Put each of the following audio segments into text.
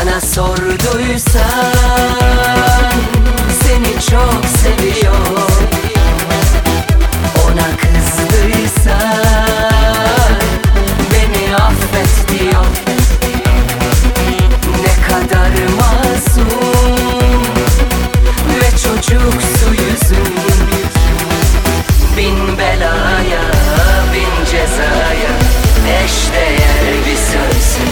Bana sorduysan seni çok seviyor, ona kızdıysan beni affet diyor. Ne kadar masum ve çocuksu yüzün, bin belaya bin cezaya eşdeğer bir sözün.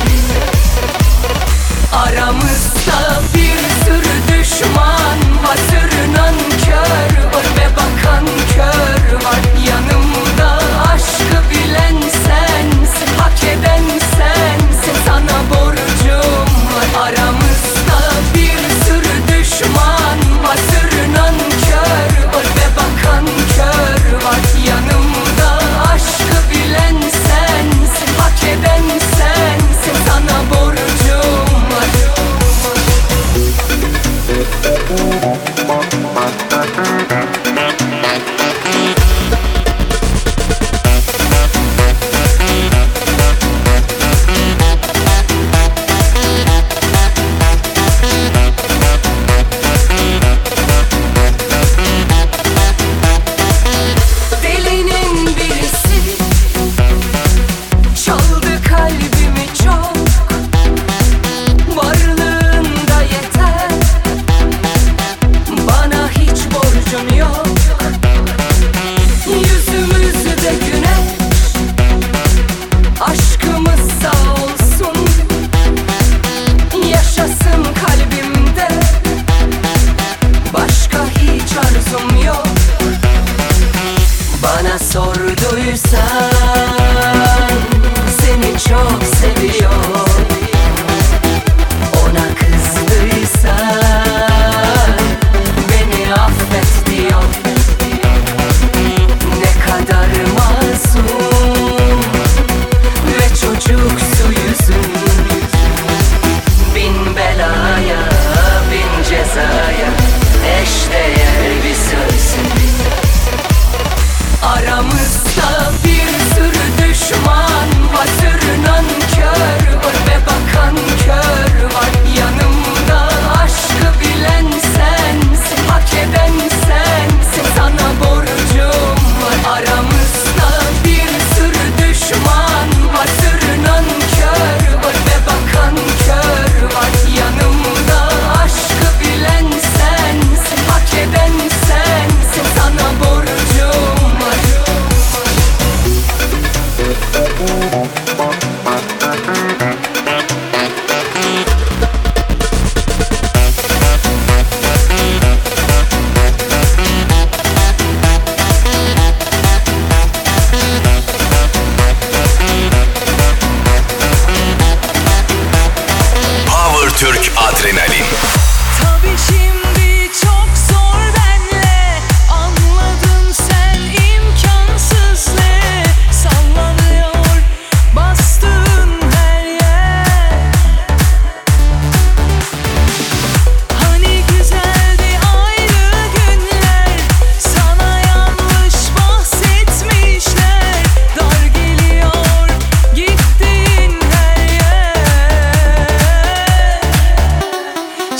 Aramızda bir sürü düşman var, sürü nankör var ve bakan kör var. Yanımda aşkı bilen sensin, hak eden sensin, sana borcum var. Aramızda bir sürü düşman var, sürü nankör var ve bakan kör var. Yanımda aşkı bilen sensin, hak eden sensin, sana borcum var. Delinin birisi çaldı kalbimi çok, varlığında yeter, bana hiç borcun yok. Yüzümüzde güneş, aşkımız sağ olsun, yaşasın kalbimde, başka hiç arzum yok. Bana sorduysan seni çok seviyor, ona kızdıysan beni affet diyor. Ne kadar masum ve çocuksu yüzün, bin belaya bin cezaya eşdeğer bir sözün. Aramızda bir sürü düşman var, sürü nankör var ve bakan kör var. Yanımda aşkı bilen sensin, hak eden sensin, sana borcum var. Aramızda bir sürü düşman var, sürü nankör var ve bakan kör var. Yanımda aşkı bilen sensin, hak eden sensin, sana borcum var. Power Türk Adrenalin. Tabii şimdi çok zor benle, anladın sen imkansız ne. Sallanıyor bastığın her yer. Hani güzeldi ayrı günler, sana yanlış bahsetmişler. Dar geliyor gittiğin her yer.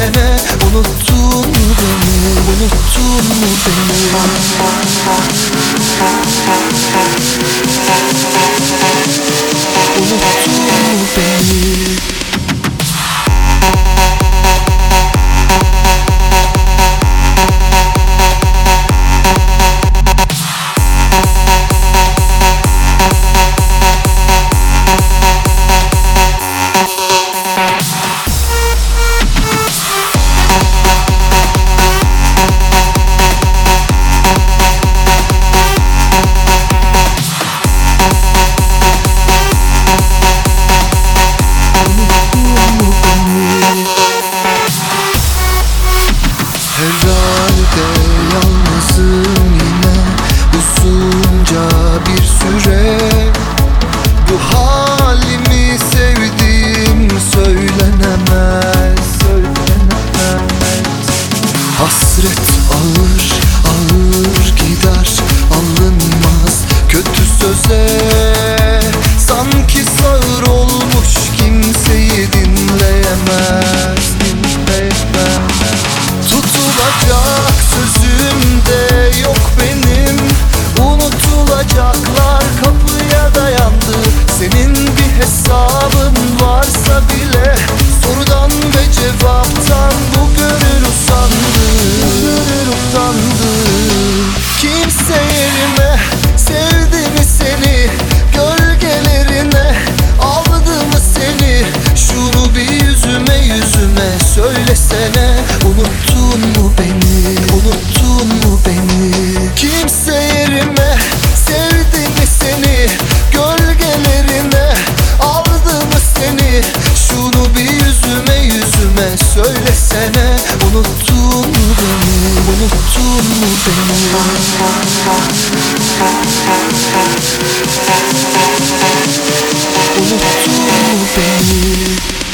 söylesene, unuttun mu beni, unuttun mu beni? Unuttun mu beni? Herhalde yalnızım yine uzunca bir süre. Bu halimi sevdiğim söylenemez, söylenemez. Hasret ağır ağır gider, alınmaz kötü söze. Sanki sağır olmuş kimseyi dinleyemez, dinleyemez. Tutulacak sözüm de yok benim, unutulacaklar kapıya dayandı. Senin bir hesabın varsa bile, sorudan ve cevaptan bu gönül usandı, bu gönül usandı. Kimse yerime sevdi mi seni, gölgelerine aldı mı seni? Şunu bir yüzüme yüzüme söylesene, unuttun mu beni, unuttun mu beni? Kimse yerime sevdi mi seni, gölgelerine aldı mı seni? Şunu bir yüzüme yüzüme söylesene, unuttun mu beni, unuttun mu beni? Unuttun mu beni?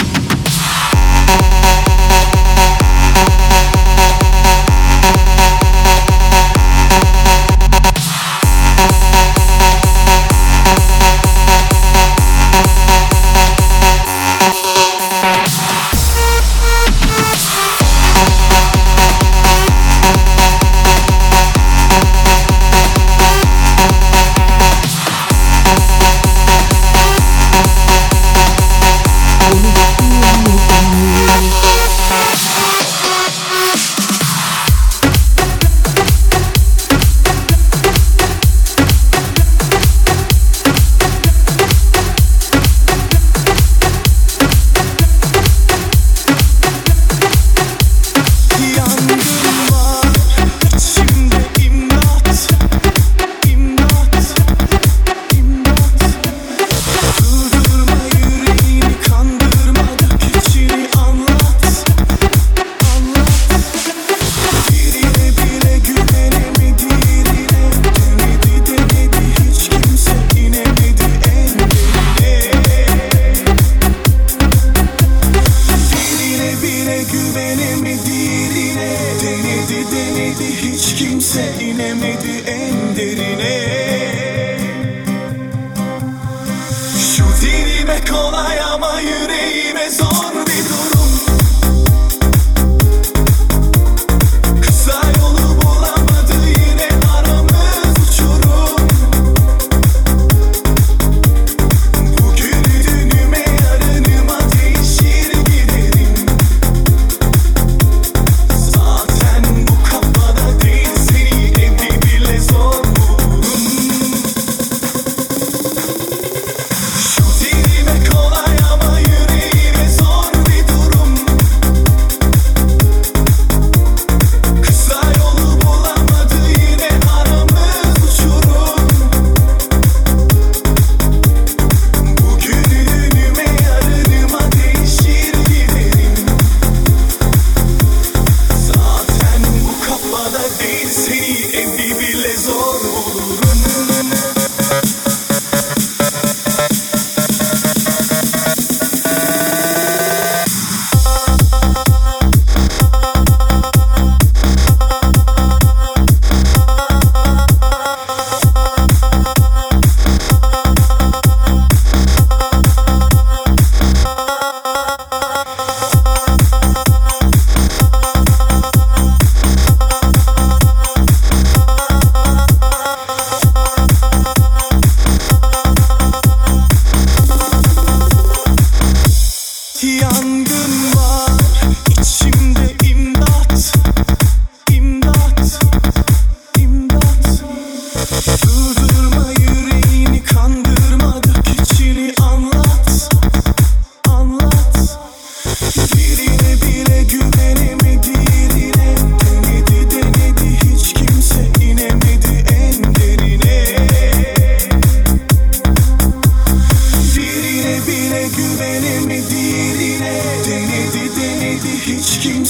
Kolay ama yüreğime zor bir durum. Kısa yolu bulamadı yine aramız uçurum. Bugünü dünüme yarınıma değişir giderim. Zaten bu kafada değil, seni evde bile zor bulurum. Şu dilime kolay ama yüreğime zor.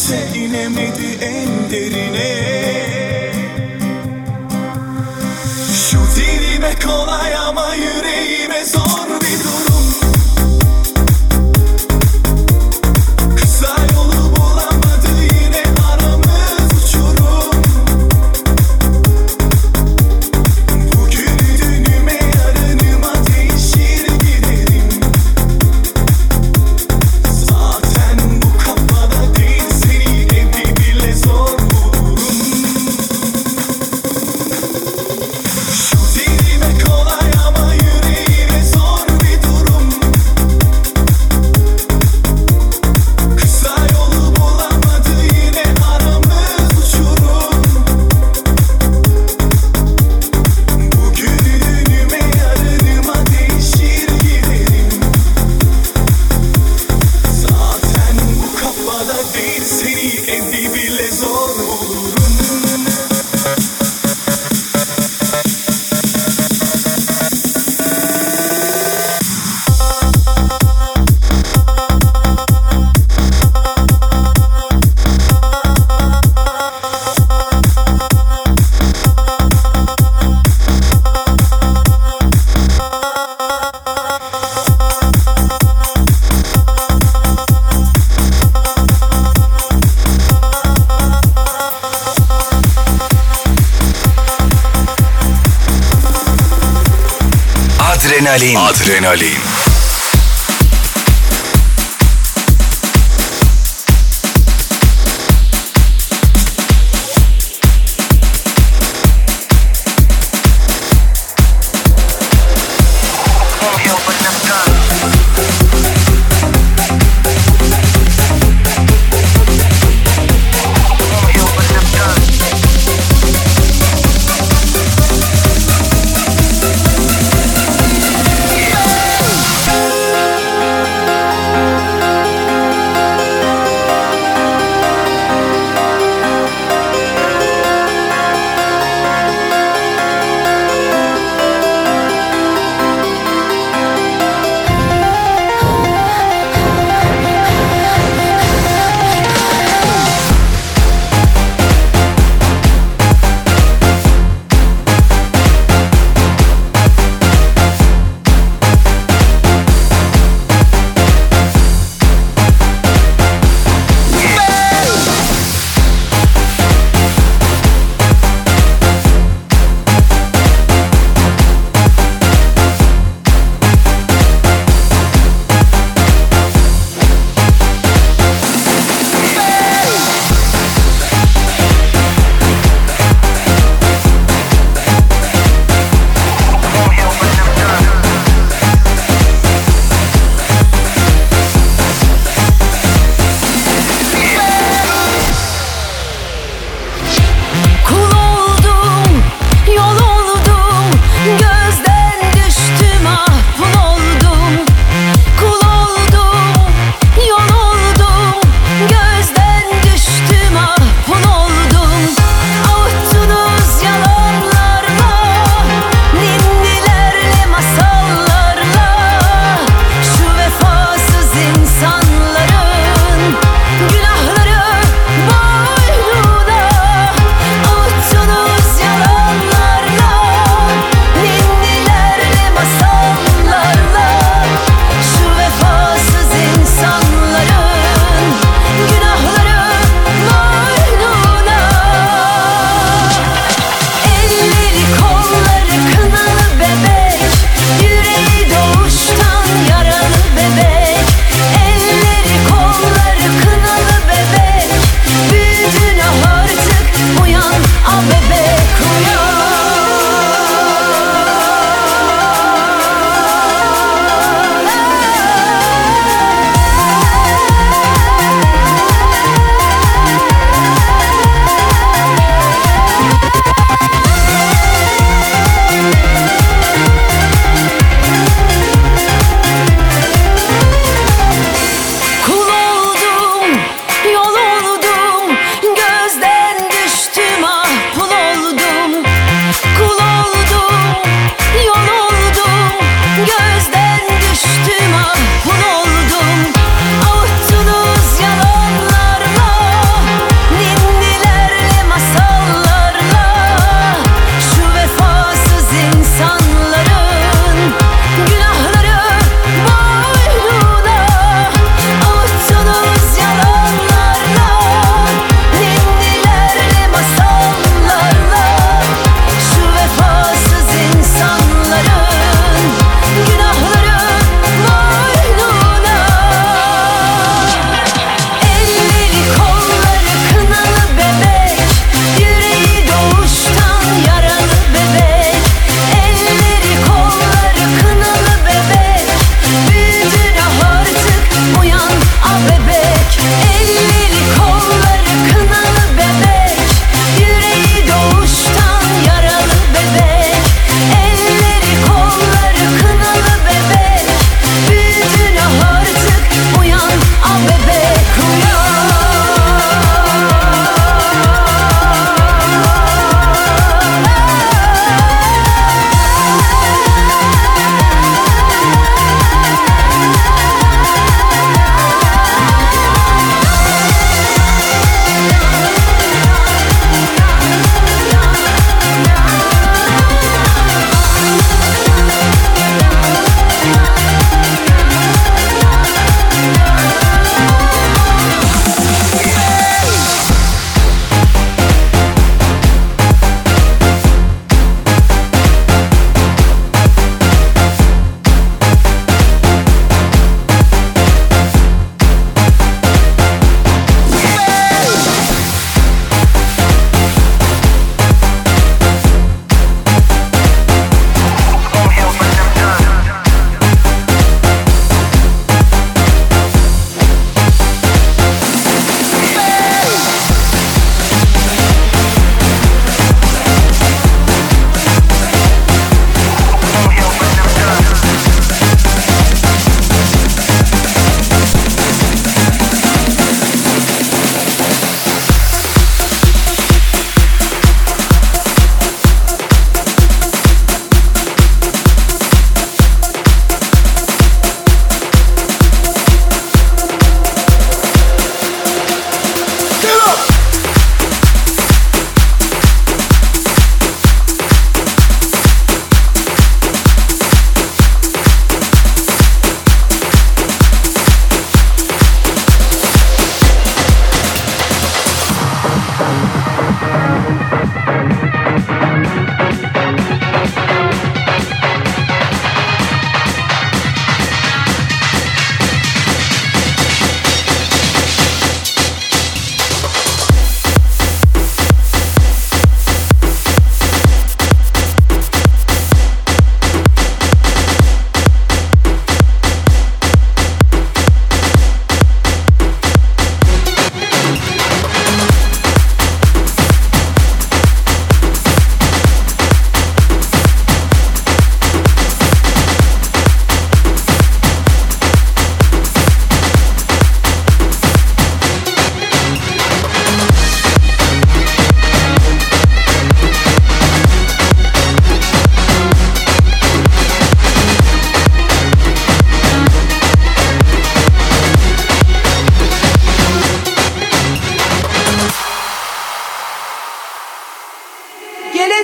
kimse inemedi en derine. Şu dilime kolay ama yüreğime zor bir durum. Kısa yolu bulamadı yine aramız uçurum. Bugünü dünüme yarınıma değişir giderim. Zaten bu kafada değil seni evde bile zor bulurum. Şu dilime kolay ama yüreğime zor bir durum. Kısa yolu bulamadı yine aramız uçurum. Bugünü dünüme yarınıma değişir giderim. Zaten bu kafada değil seni evde bile zor bulurum. Adrenalin. Adrenalin.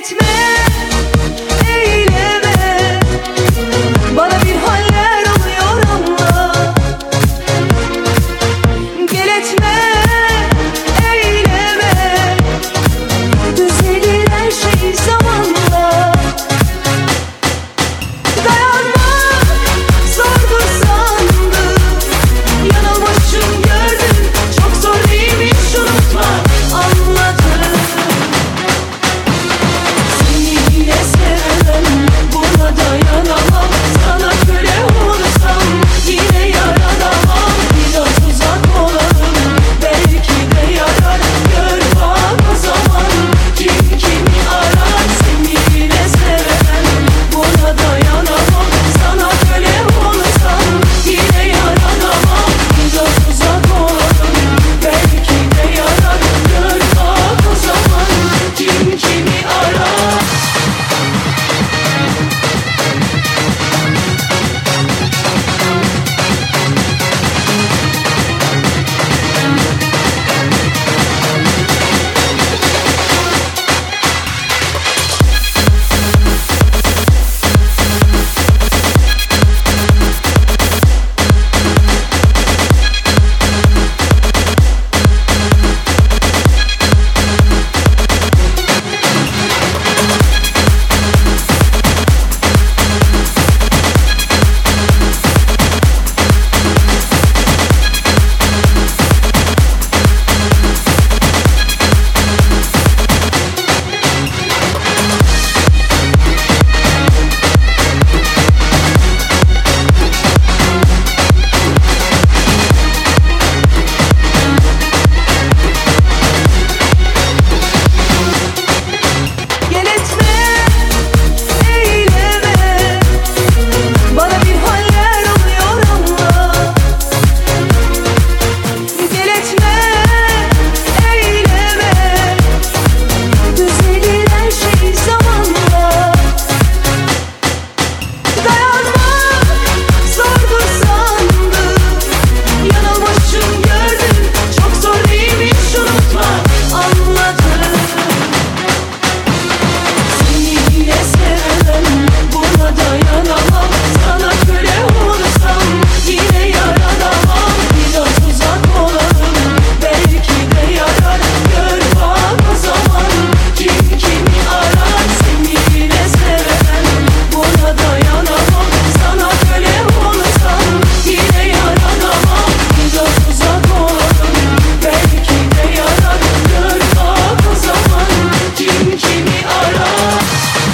etme, eyleme. Bana bir haller oluyor anla. Gel etme, eyleme. Düzelir her şey zamanla. Dayanmak zordur sandım. Yanılmışım gördüm. Çok zor değilmiş unutmak, anladım. Seni yine sevemem, buna dayanamam. Sana köle olursam yine yaranamam. Biraz uzak olalım, belki de yarar. Gör bak o zaman kim kimi arar. Seni yine sevemem, buna dayanamam. Sana köle olursam yine yaranamam. Biraz uzak olalım, belki de yarar. Gör bak o zaman kim kimi arar. Gel etme, eyleme. Bana bir haller oluyor anla. Gel etme, eyleme. Düzelir her şey zamanla. Dayanmak zordur sandım. Yanılmışım gördüm. Çok zor değilmiş unutmak, anladım. Seni yine sevemem, buna dayanamam. Sana köle olursam yine yaranamam. Biraz uzak olalım, belki de yarar. Gör bak o zaman kim kimi arar. Seni yine sevemem, buna dayanamam. Sana köle olursam yine yaranamam. Biraz uzak olalım, belki de yarar. Gör bak o zaman kim kimi arar.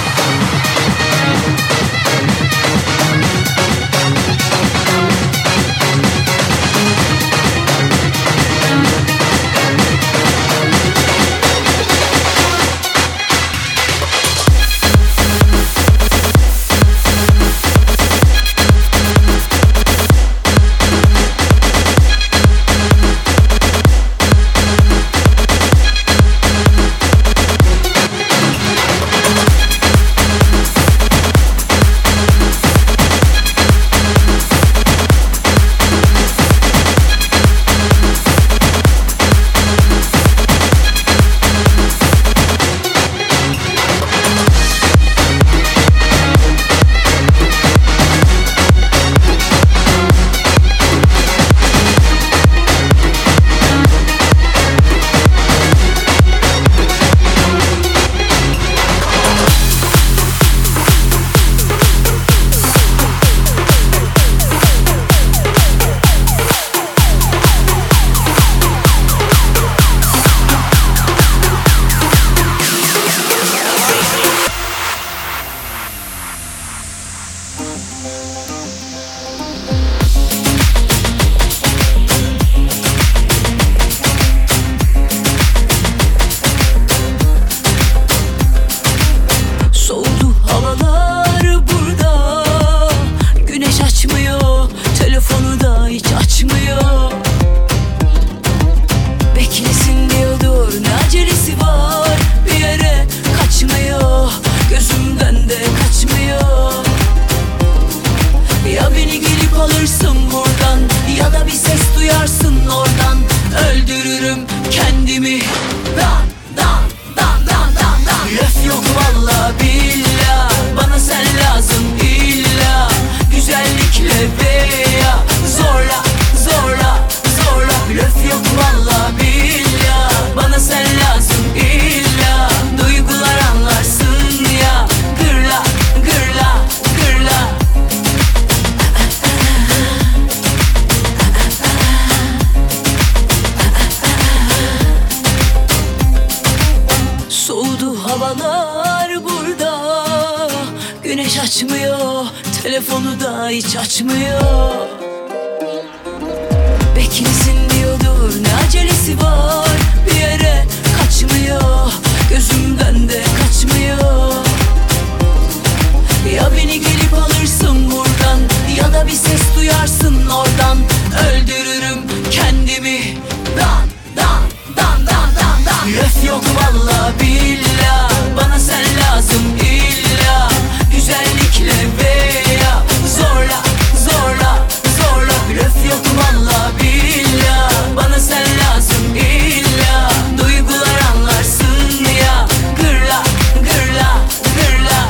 Soğudu havalar burada. Güneş açmıyor, telefonu da hiç açmıyor. Beklesin diyordur, ne acelesi var. Bir yere kaçmıyor, gözümden de kaçmıyor. Ya beni gelip alırsın buradan, ya da bir ses duyarsın oradan. Öldürürüm kendimi. Dan dan dan dan dan dan. Laf yok vallahi. havalar burada. Güneş açmıyor, telefonu da hiç açmıyor. Beklesin diyordur, ne acelesi var, bir yere kaçmıyor, gözümden de kaçmıyor. Ya beni gelip alırsın buradan, ya da bir ses duyarsın oradan. Öldürürüm kendimi, dan dan dan dan dan dan. Löf yok valla billah, bana sen lazım illa. Güzellikle veya zorla zorla zorla. Löf yok valla billah, bana sen lazım illa. Duygular anlarsın ya, gırla gırla gırla.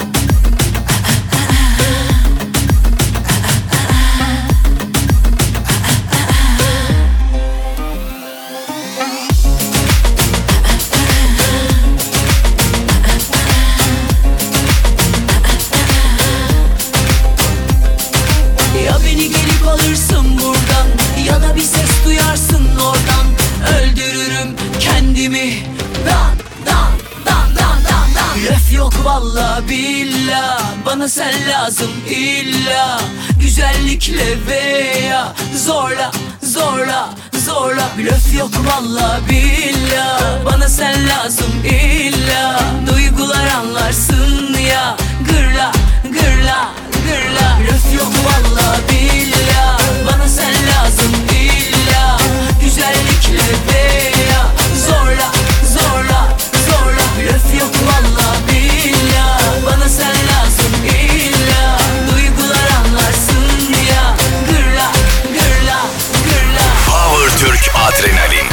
Ya beni gelip alırsın buradan, ya da bir ses duyarsın oradan. Öldürürüm kendimi, dan dan dan dan dan dan. Löf yok valla billah, bana sen lazım illa. Güzellikle veya zorla zorla zorla. Löf yok valla billah, bana sen lazım illa. Duygular anlarsın ya, gırla gırla gırla. Löf yok valla billah, bana sen lazım illa. Güzellikle veya zorla zorla zorla. Löf yok valla billah, bana sen lazım illa. Duygular anlarsın ya, gırla gırla gırla. Power Türk Adrenalin.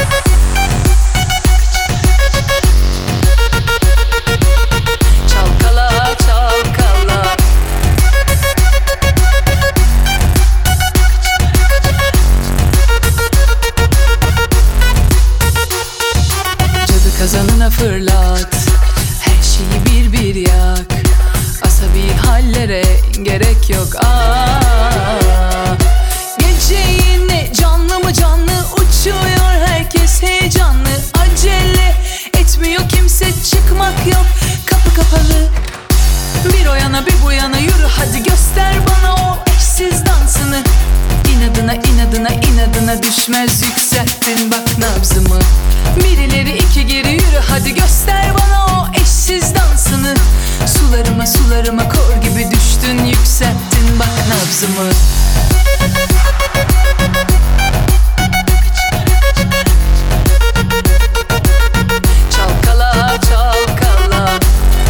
Çalkala çalkala. Cadı kazanına fırlat, her şeyi bir bir yak. Asabi hallere gerek yok. Gece yine canlı mı canlı uçuyor herkes heyecanlı. Acele etmiyor kimse, çıkmak yok, kapı kapalı. Bir o yana bir bu yana yürü hadi, göster bana o eşsiz dansını. İnadına inadına inadına düşmez, yükselttin bak nabzımı. Birileri iki geri yürü hadi, göster bana o eşsiz dansını. Sularıma sularıma kor gibi düştün, yükselttin bak nabzımı. Çalkala çalkala.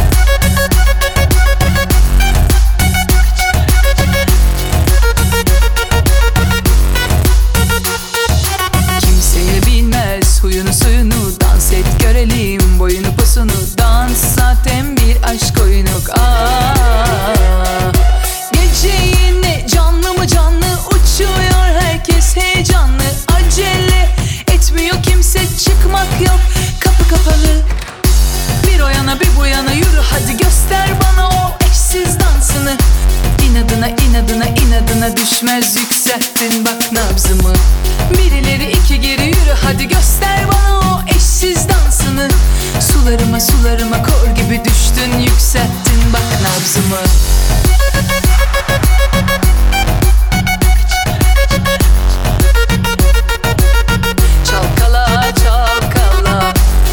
Kimseye bilmez huyunu suyunu, dans et görelim boyunu posunu. Dans zaten bir aşk oyunu. Gece yine canlı mı canlı uçuyor herkes heyecanlı. Acele etmiyor kimse, çıkmak yok, kapı kapalı. Bir o yana bir bu yana yürü hadi, göster bana o eşsiz dansını. İnadına inadına inadına düşmez, yükselttin bak nabzımı. Birileri iki geri yürü hadi, göster bana o eşsiz dansını. Sularıma sularıma kor gibi düştün, yükselttin bak nabzımı. Çalkala çalkala.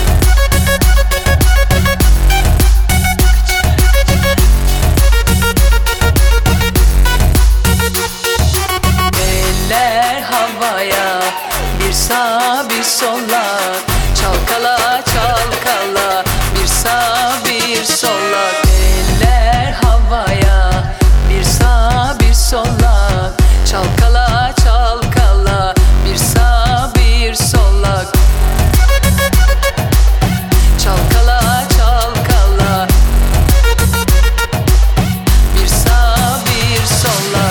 Eller havaya, bir sağ bir sola. Çalkala çalkala, bir sağ bir sola. Eller havaya, bir sağ bir sola. Çalkala çalkala, bir sağ bir sola. Çalkala çalkala, bir sağ bir sola.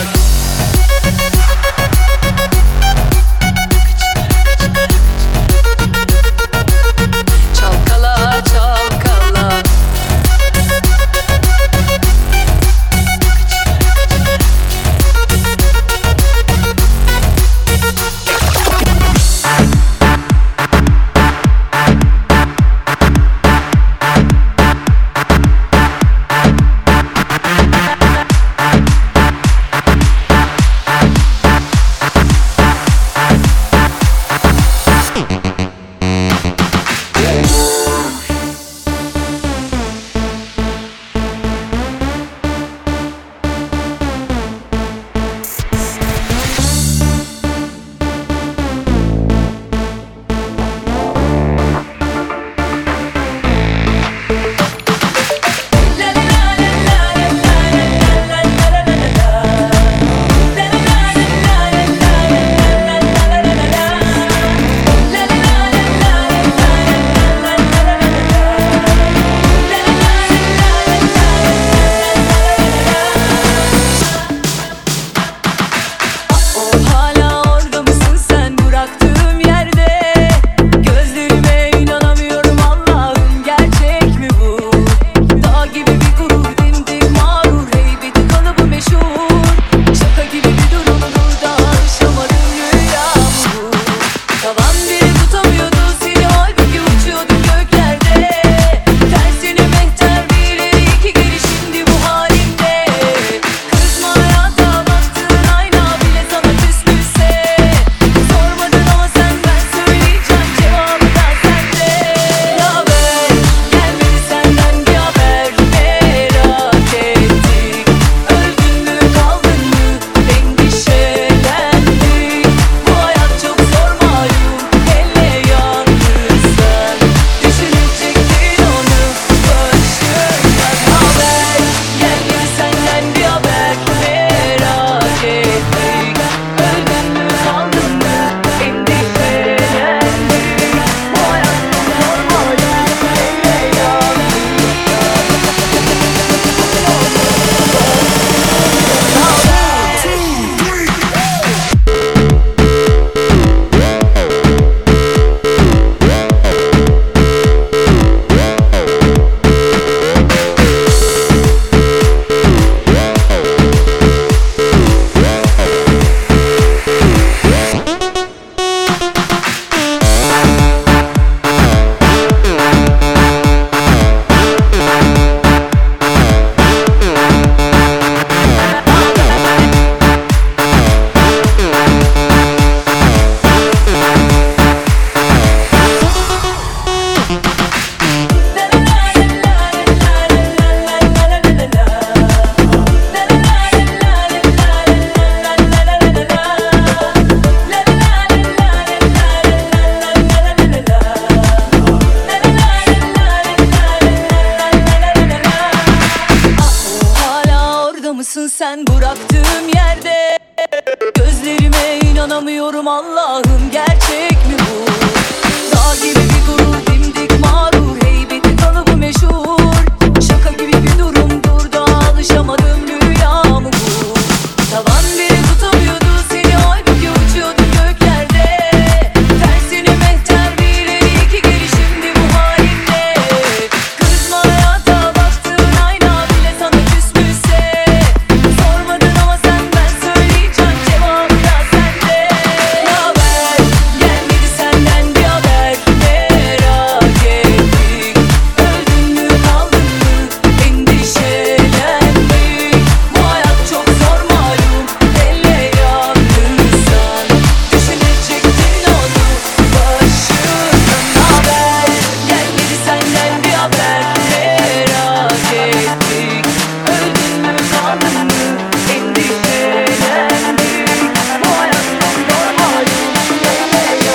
mısın sen bıraktığım yerde? Gözlerime inanamıyorum Allah'ım, gerçek mi bu? Dağ gibi bir gurur, dimdik mağrur, heybeti kalıbı meşhur. Şaka gibi bir durumdur da alışamadım, rüya mı bu? Tavan bile tutamıyordu seni, halbuki uçuyordun göklerde. Tersine mehter bile iyi ki geri şimdi bu halinle. Kızma hayata, baktığın ayna bile sana küsmüşse. Sormadın ama sen, ben söyleyeceğim, cevabı da sende. Ne haber? Gelmedi senden bir haber, merak ettik. Öldün mü kaldın mı? Endişelendik. Bu hayat çok zor malum, elle yalnızsan. Düşünecektin onu başından. Ne haber? Gelmedi senden bir haber, merak ettik. Öldün mü kaldın mı? Endişelendik. Bu hayat çok zor malum, elle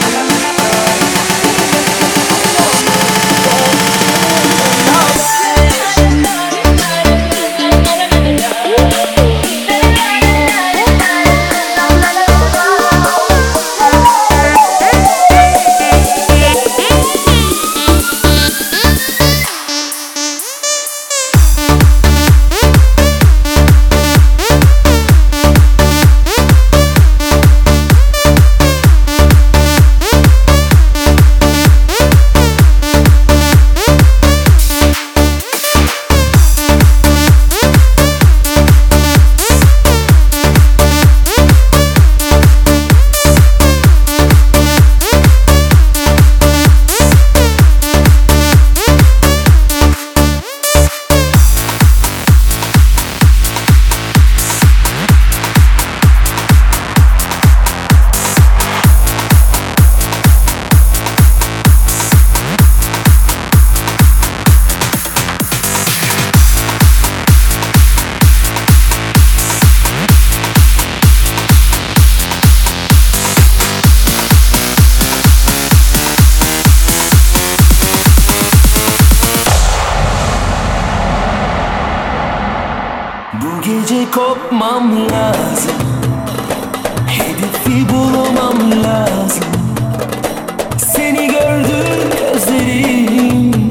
Bu gece kopmam lazım, hedefi bulmam lazım. Seni gördü gözlerim,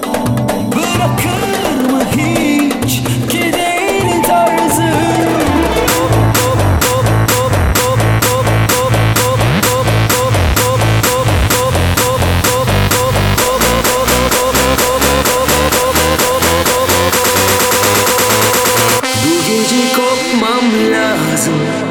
bırakır mı hiç gideni tarzım? Bu gece kopmam lazım.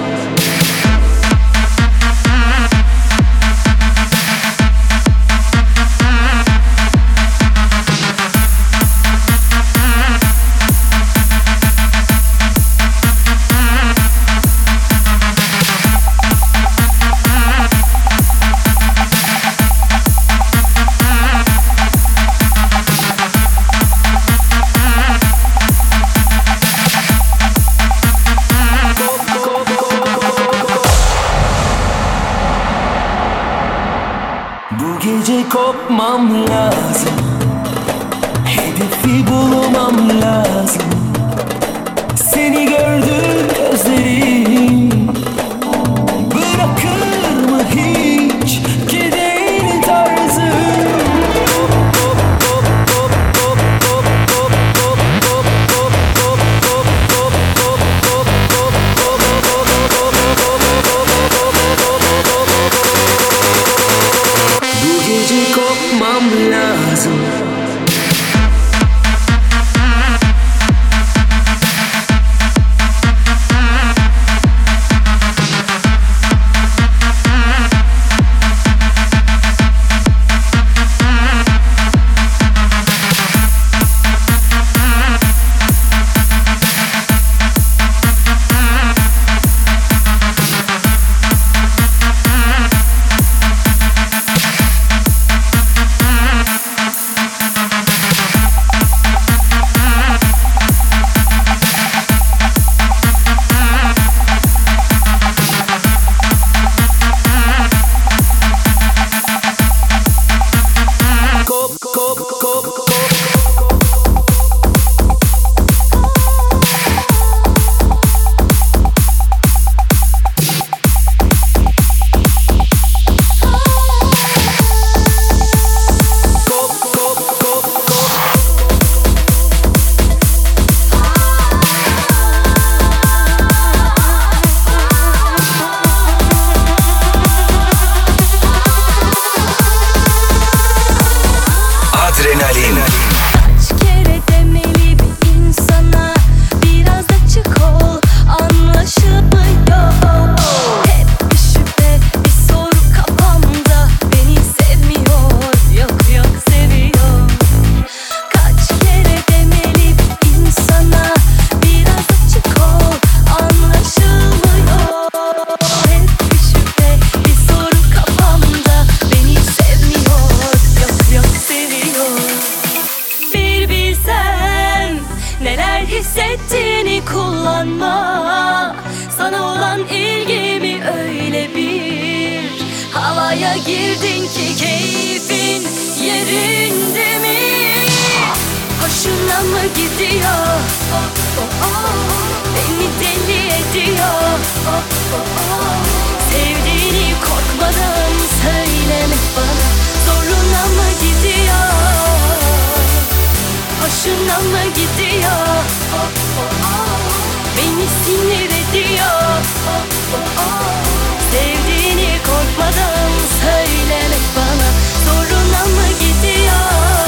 Bu gece kopmam lazım, hedefi bulmam lazım. Seni gördü gözlerim, bırakır mı hiç gideni tarzım? Bu gece kopmam lazım. girdin ki keyfin yerinde mi? Hoşuna mı gidiyor? Beni deli ediyor. Sevdiğini korkmadan söylemek bana zoruna mı gidiyor? Hoşuna mı gidiyor? Beni sinir ediyor. Sevdiğini korkmadan söylemek bana zoruna mı gidiyor?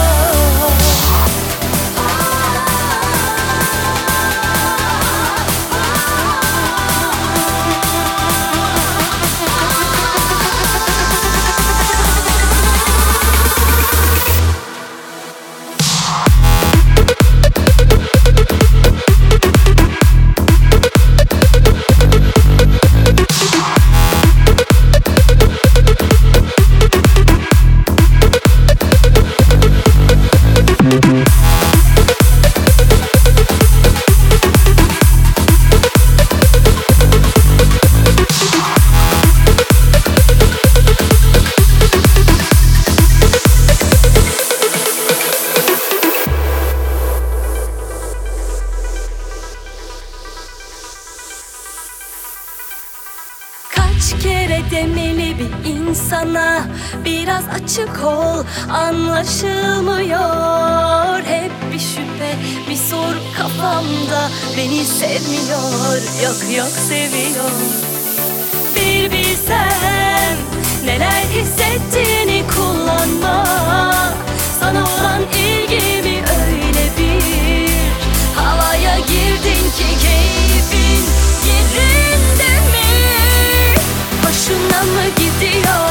Kaç kere demeli bir insana biraz açık ol, anlaşılmıyor. Hep bir şüphe, bir soru kafamda, beni sevmiyor, yok seviyor. Bir bilsem neler hissettiğini, kullanma sana olan ilgimi öyle bir havaya girdin ki keyfin yerinde mi? Hoşuna mı gidiyor?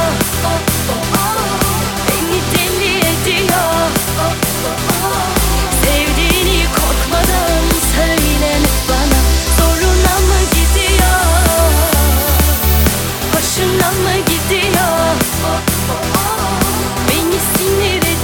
Beni deli ediyor. Sevdiğini korkmadan söylemek bana zoruna mı gidiyor? Hoşuna mı gidiyor? Beni sinir ediyor.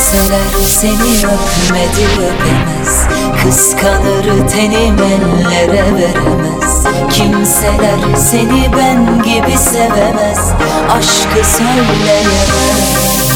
Kimseler seni öpmedi öpemez, kıskanır tenim ellere veremez. Kimseler seni ben gibi sevemez, aşkı söyleyemez.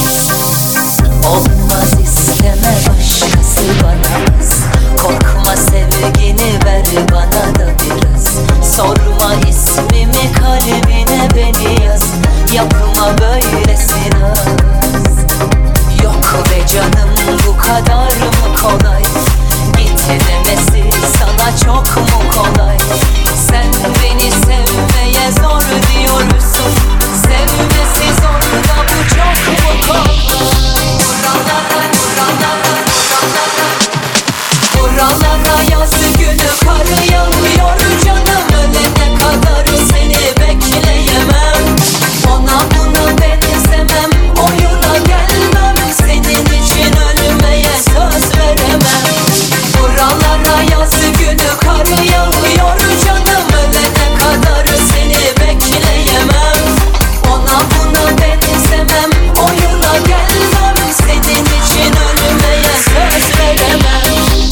Olmaz isteme başkası bana az, korkma sevgini ver bana da biraz. Sorma ismimi kalbine beni yaz, yapma böylesi naz. Yok be canım bu kadar mı kolay, gitmemesi sana çok mu kolay? Sen beni sevmeye zor diyorsun, sevmesi zor da bu çok mu kolay? Buralara yaz günü kar yağıyor canım, ölene kadar seni bekleyemem. Ona buna benzemem, oyuna gelmem, senin için ölmeye söz veremem. Buralara yaz günü kar yağıyor canım, ölene kadar seni bekleyemem. Ona buna benzemem, oyuna gelmem, senin için ölmeye söz veremem.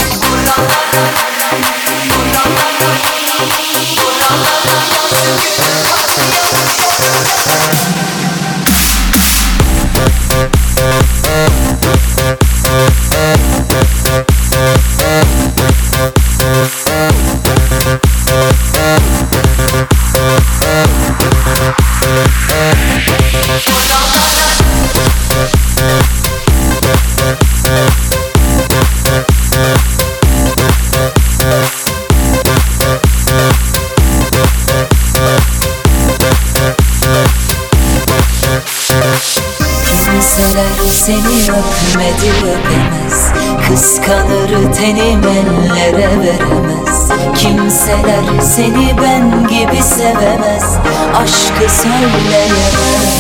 Kimseler seni öpmedi öpemez, kıskanır tenim ellere veremez. Kimseler seni ben gibi sevemez, aşkı söyleyemez.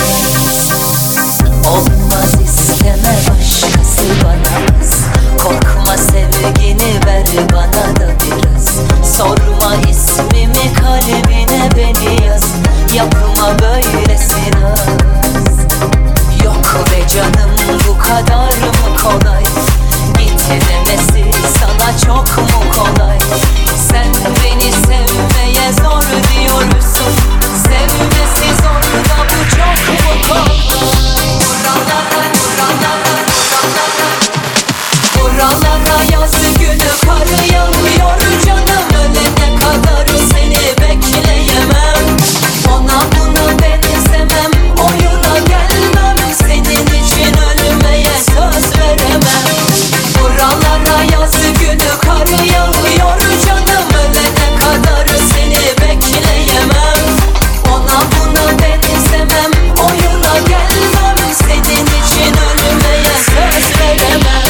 Olmaz isteme başkası bana az, korkma sevgini ver bana da biraz. Sorma ismimi kalbine beni yaz, yapma böylesi naz. Yok be canım bu kadar mı kolay, gitmemesi sana çok mu kolay? Sen beni sevmeye zor diyorsun, sevmesi zor da bu çok mu kolay? Buralara yaz günü kar yağıyor canım, ölene kadar seni bekleyemem. Ona buna benzemem, oyuna gelmem, senin için ölmeye söz veremem. Buralara yaz günü kar yağıyor canım, ölene kadar seni bekleyemem. Ona buna benzemem, oyuna gelmem, senin için ölmeye söz veremem.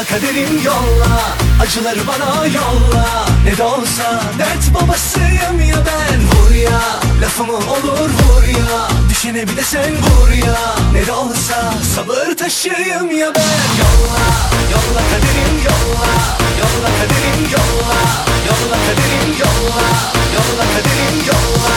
yolla kaderim yolla, acıları bana yolla. Ne de olsa dert babasıyım ya ben. Vur ya, lafımı olur vur ya, düşene bir de sen vur ya. Ne de olsa sabır taşıyım ya ben. Yolla, yolla kaderim yolla, yolla kaderim yolla, yolla kaderim yolla, yolla kaderim yolla.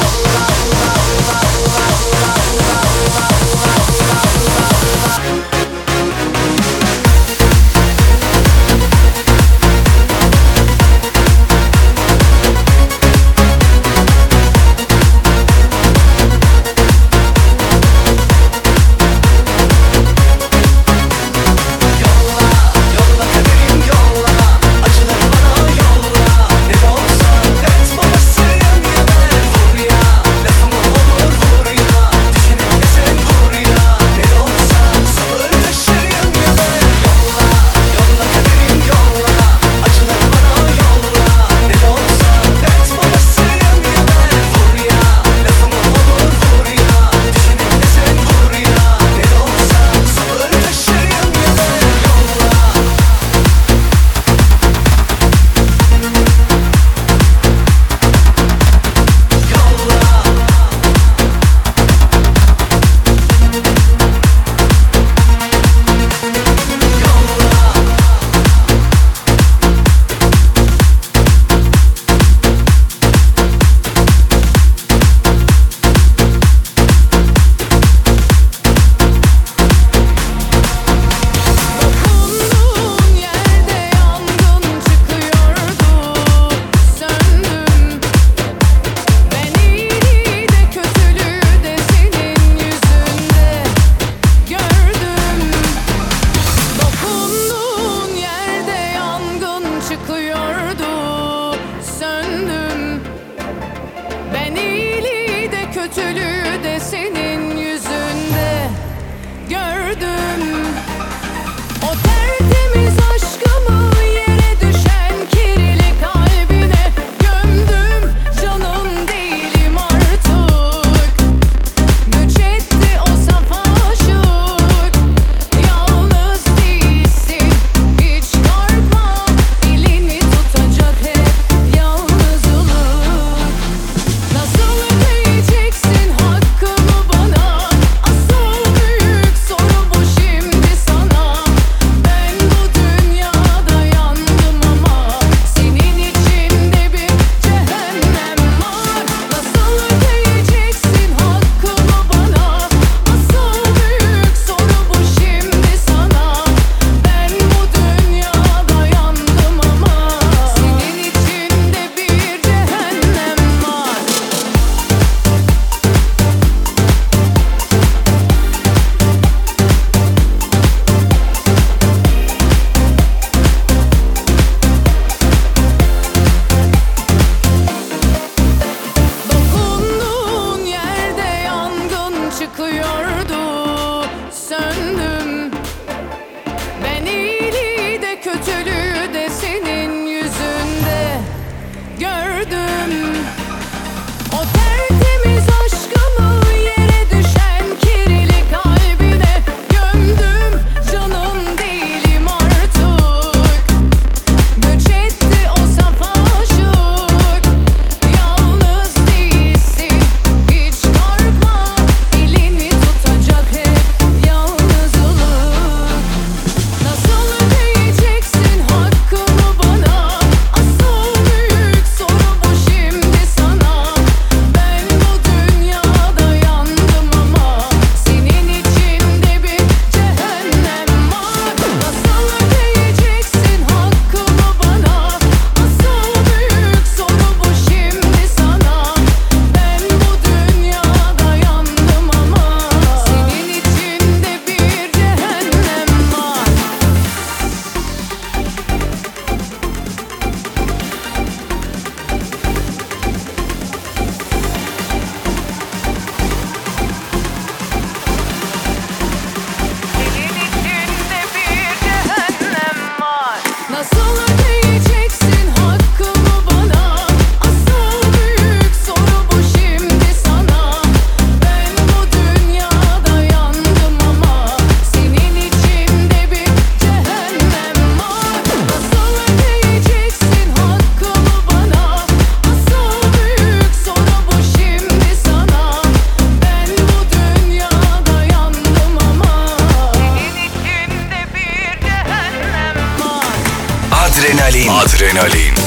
Adrenalin. Adrenalin.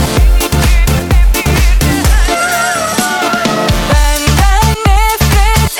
Benden nefret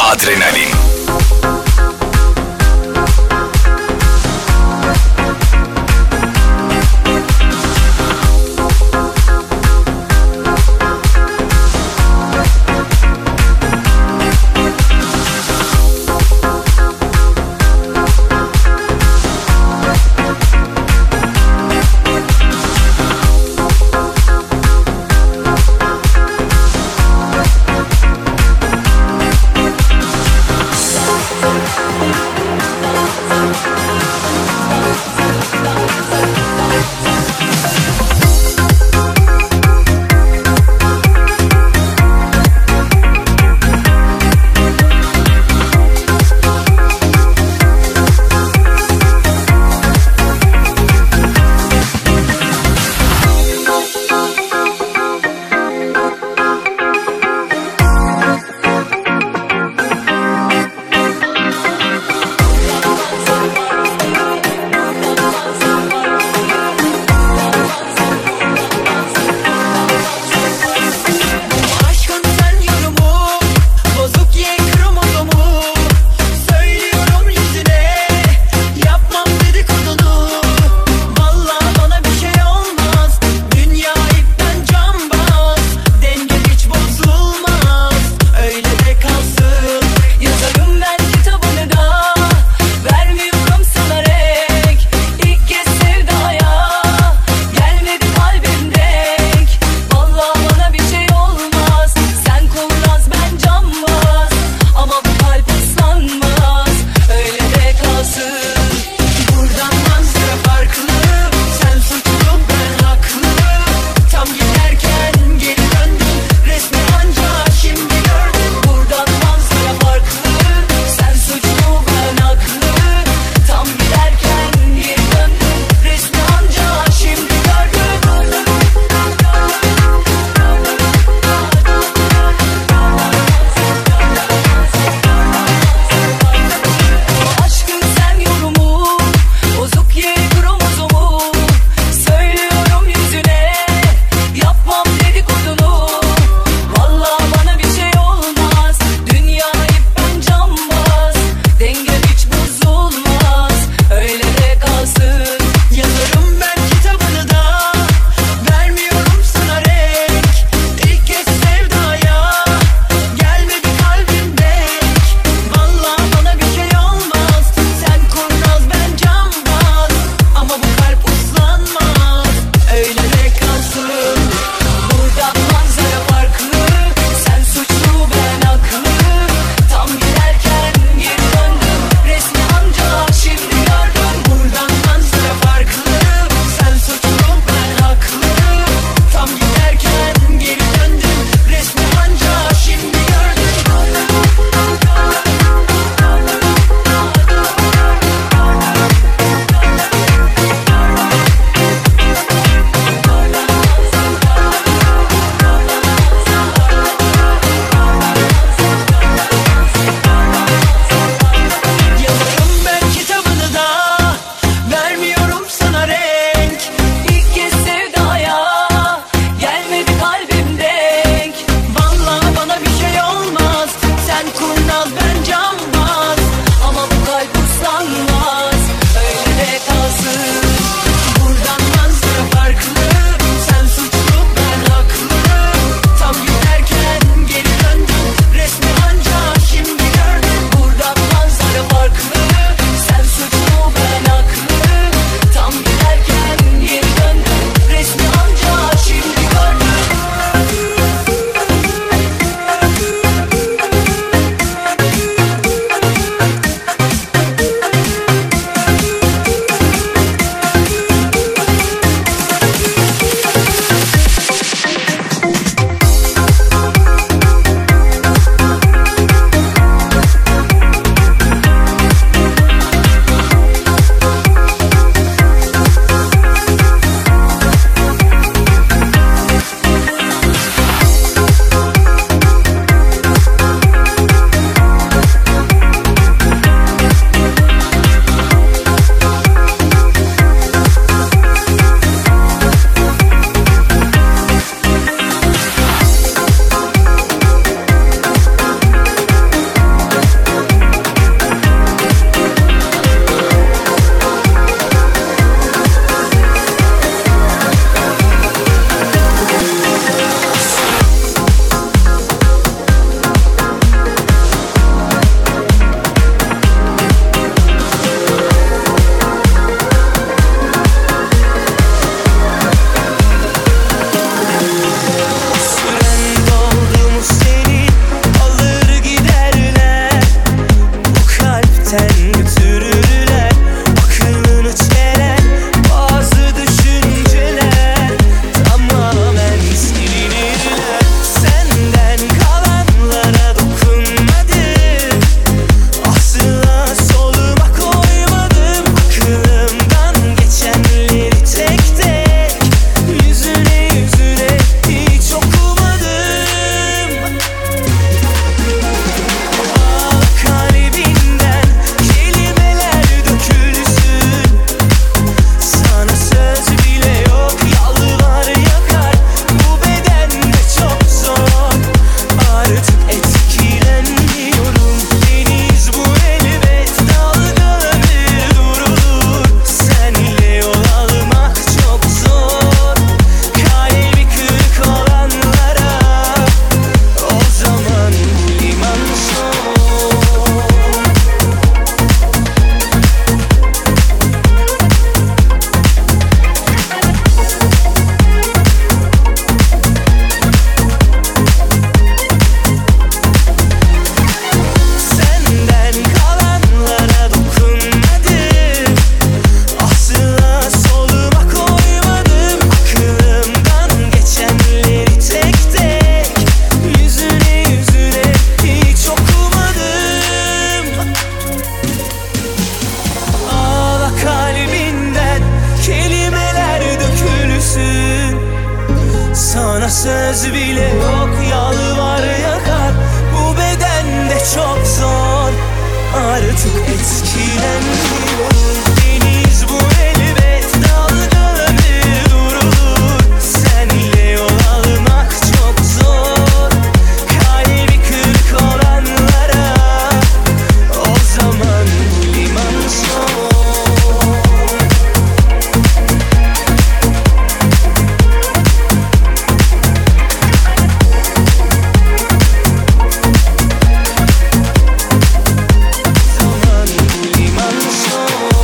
Adrenalin. Sana söz bile yok, yalvar yakar. Bu bedende çok zor, artık etkilenmiyorum. Deniz bu elbet dalgaları vurur. Senle yol almak çok zor, kalbi kırık olanlara o zaman bu liman son. Zaman bu liman son.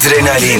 Adrenalin.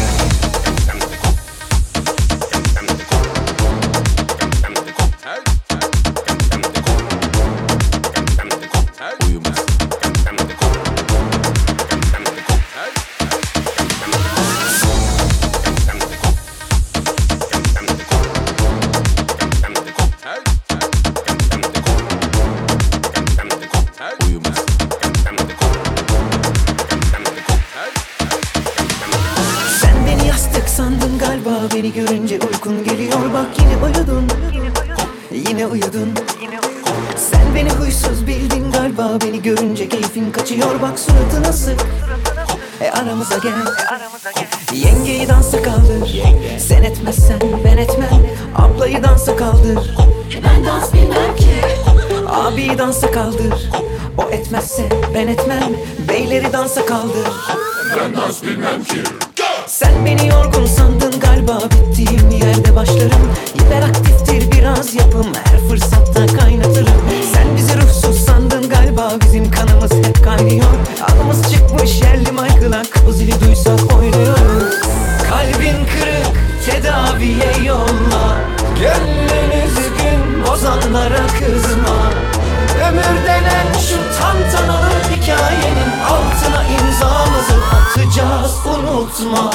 Beni görünce uykun geliyor, bak yine uyudun. Yine uyudun. Sen beni huysuz bildin galiba, beni görünce keyfin kaçıyor, bak suratına sık. Aramıza gel. Yengeyi dansa kaldır. Sen etmezsen ben etmem. Ablayı dansa kaldır. Ben dans bilmem ki. Abiyi dansa kaldır. O etmezse ben etmem. Beyleri dansa kaldır. Ben dans bilmem ki. Sen beni yorgun sandın galiba, bittiğim yerde başlarım. Hiperaktiftir biraz yapım, her fırsatta kaynatırım. Sen bizi ruhsuz sandın galiba, bizim kanımız hep kaynıyor. Adımız çıkmış yerli Michael'a, kapı zili duysak oynuyoruz. Kalbin kırık, tedaviye yolla. Gönlün üzgün, bozanlara kızma. Ömür denen şu tantanalı hikayenin altına imzamızı atacağız, unutma.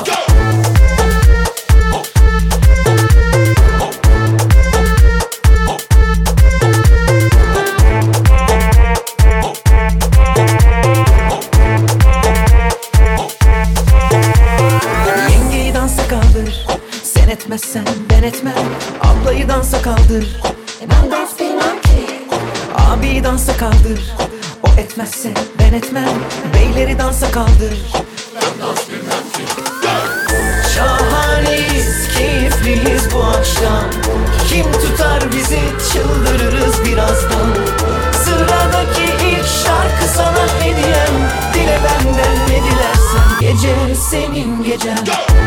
Yengeyi dansa kaldır. Sen etmezsen ben etmem. Ablayı dansa kaldır. Ben dans bilmem ki. Abiyi dansa kaldır. O etmezse ben etmem. Beyleri dansa kaldır. Ben dans bilmem ki. Şahaneyiz, keyifliyiz bu akşam. Kim tutar bizi, çıldırırız birazdan. Sıradaki ilk şarkı sana hediyem. Dile benden ne dilersen, gece senin gecen.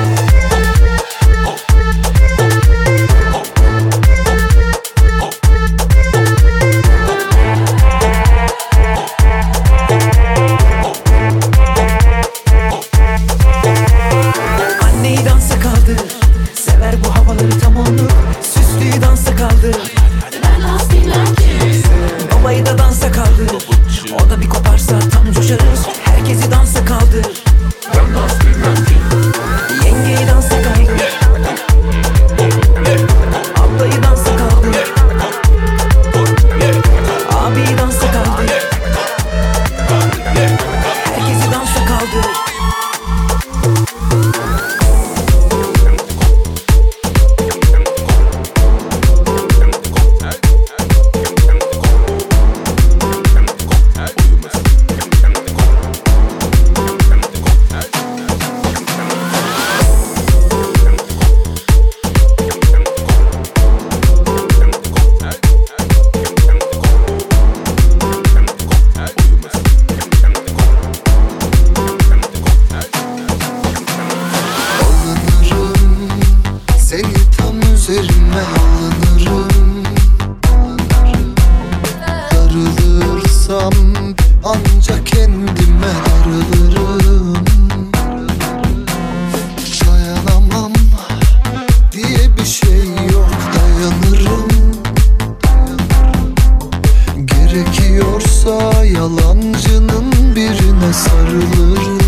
Anneyi dansa kaldır. Sever bu havaları tam onluk. Süslüyü dansa kaldır. Ben dans bilmem ki. Babayı da dansa kaldır. O da bir koparsa tam coşarız. Herkesi dansa kaldır. Ben dans bilmem ki. Yengeyi dansa kaldır. Ablayı dansa kaldır. Abiyi dansa kaldır. Herkesi dansa kaldır. Alınırım, seni tam üzerime alınırım. Darılırsam ancak kendime darılırım. Dayanamam diye bir şey yok, dayanırım. Gerekiyorsa yalancının birine sarılırım.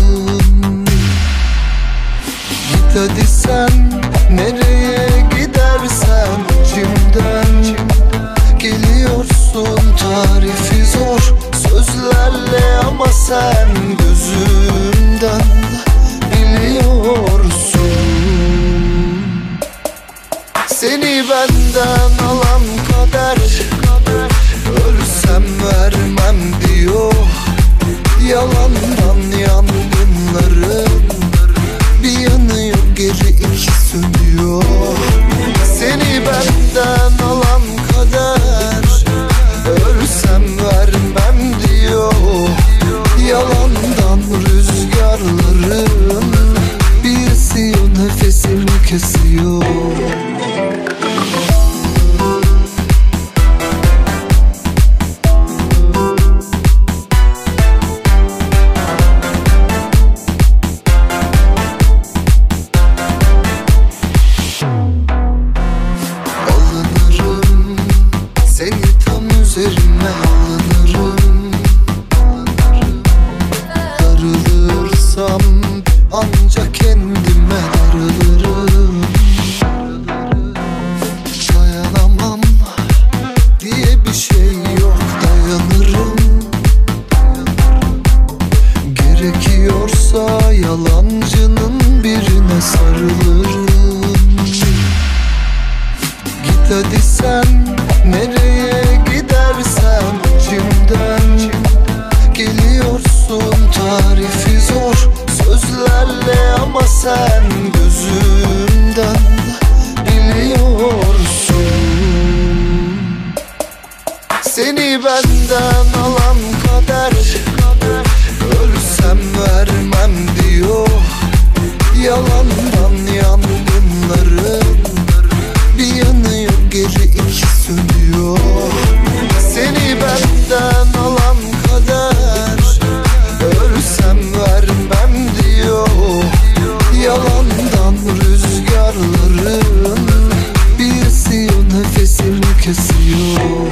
Git hadi sen, nereye gidersen içimden geliyorsun, tarifi zor sözlerle ama sen gözümden biliyorsun. Seni benden alan kader, ölsem vermem diyor. Yalandan yangınların bir yanıyor, geri iki sönüyor. Seni benden alan kader, ölsem vermem diyor. Yalandan rüzgarların bir esiyor, nefesimi kesiyor. üzerime alınırım. Darılırsam ancak kendime darılırım. Dayanamam diye bir şey yok, dayanırım. Gerekiyorsa yalancının birine sarılırım. Git hadi sen nereye gidersen içimden geliyorsun, tarifi zor sözlerle ama sen gözümden biliyorsun. Seni benden alan kader, ölsem vermem diyor. Yalandan yangınların bir yanıyor, geri iki sönüyor. Seni benden alan kader, ölsem vermem diyor. Yalandan rüzgarların bir esiyor, nefesimi kesiyor.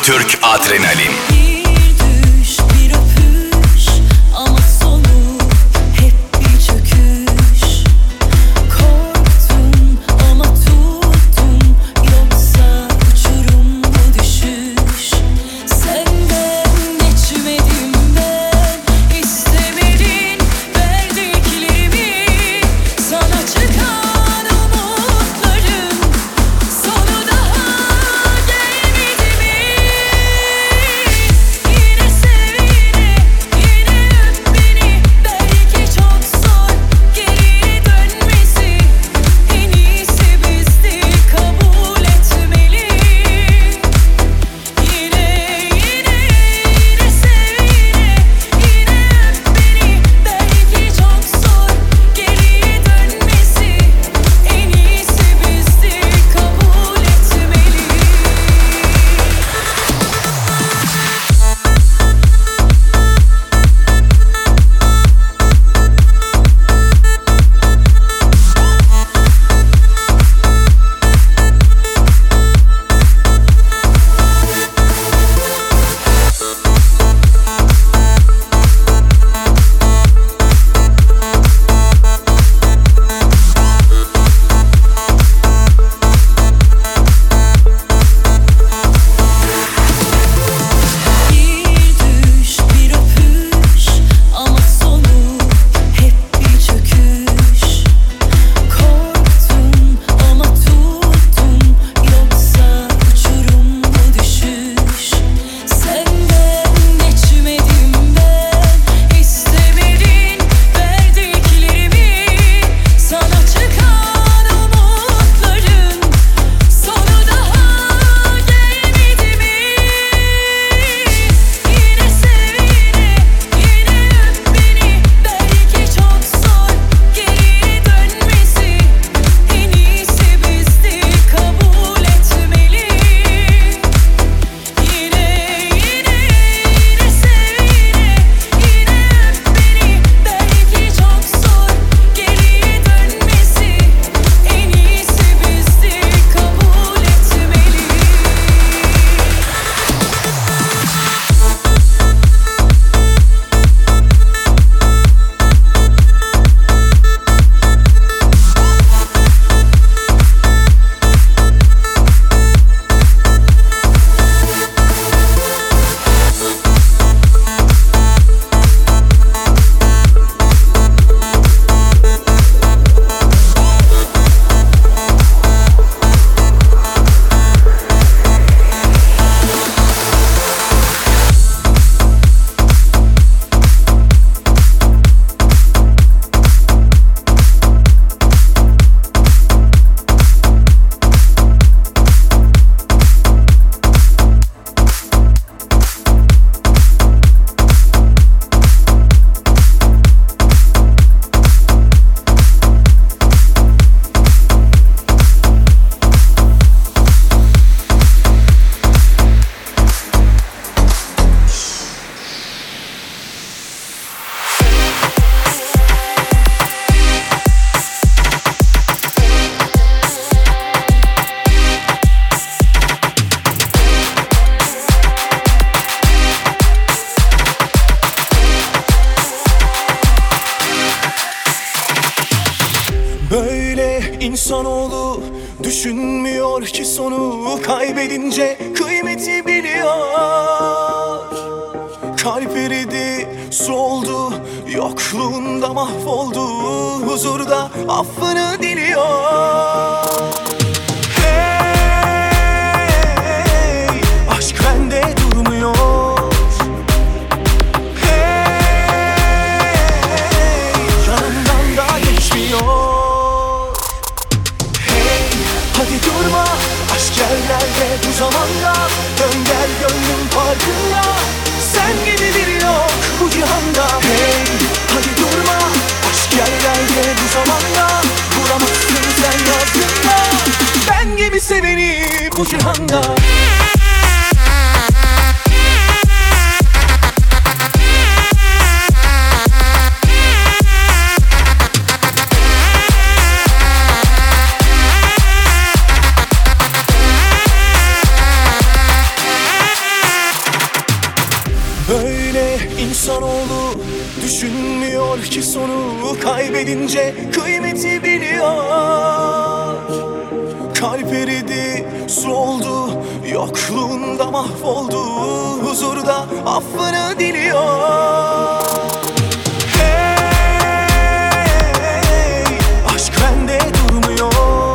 Türk Adrenalin. Bir düş, bir öpüş ama sonu hep bir çöküş. Korktum ama tuttum, yoksa uçurum bu düşüş. Senden geçmedim ben, istemedin verdiklerimi. Sana çıkan umutlarım sonu daha gelmedi mi? Yine sev, yine öp beni. Belki çok zor geri dönmesi. En iyisi bizdi, kabul etmeli. Yine sev, yine öp beni. Belki çok zor geri dönmesi. En iyisi bizdi, kabul etmeli. Bir düş, bir öpüş ama sonu hep bir çöküş. Korktum ama tuttum, yoksa uçurum bu düşüş. Senden geçmedim ben, istemedin verdiklerimi. Sana çıkan umutların sonu daha gelmedi mi? Yine sev, yine öp beni. Belki çok zor geri dönmesi. En iyisi bizdi, kabul etmeli. Yine sev, yine öp beni. Belki çok zor geri dönmesi. En iyisi bizdi, kabul etmeli. Böyle insanoğlu düşünmüyor ki sonu kaybedince kıymeti biliyor. Kalp eridi, su oldu, yokluğunda mahvoldu, huzurda affını diliyor. Hey, aşk bende durmuyor. Hey, yanımdan da geçmiyor. Hey, hadi durma, aşk yerlerde bu zamanda. Dön gel gönlüm farkında, sen gibi biri yok bu cihanda. Hey, hadi durma, aşk yerlerde bu zamanda. Bulamazsın sen yazdığında, ben gibi seveni bu cihanda. İnsanoğlu düşünmüyor ki sonu, kaybedince kıymeti biliyor. Kalp eridi, su oldu, yokluğunda mahvoldu, huzurda affını diliyor. Hey, aşk bende durmuyor.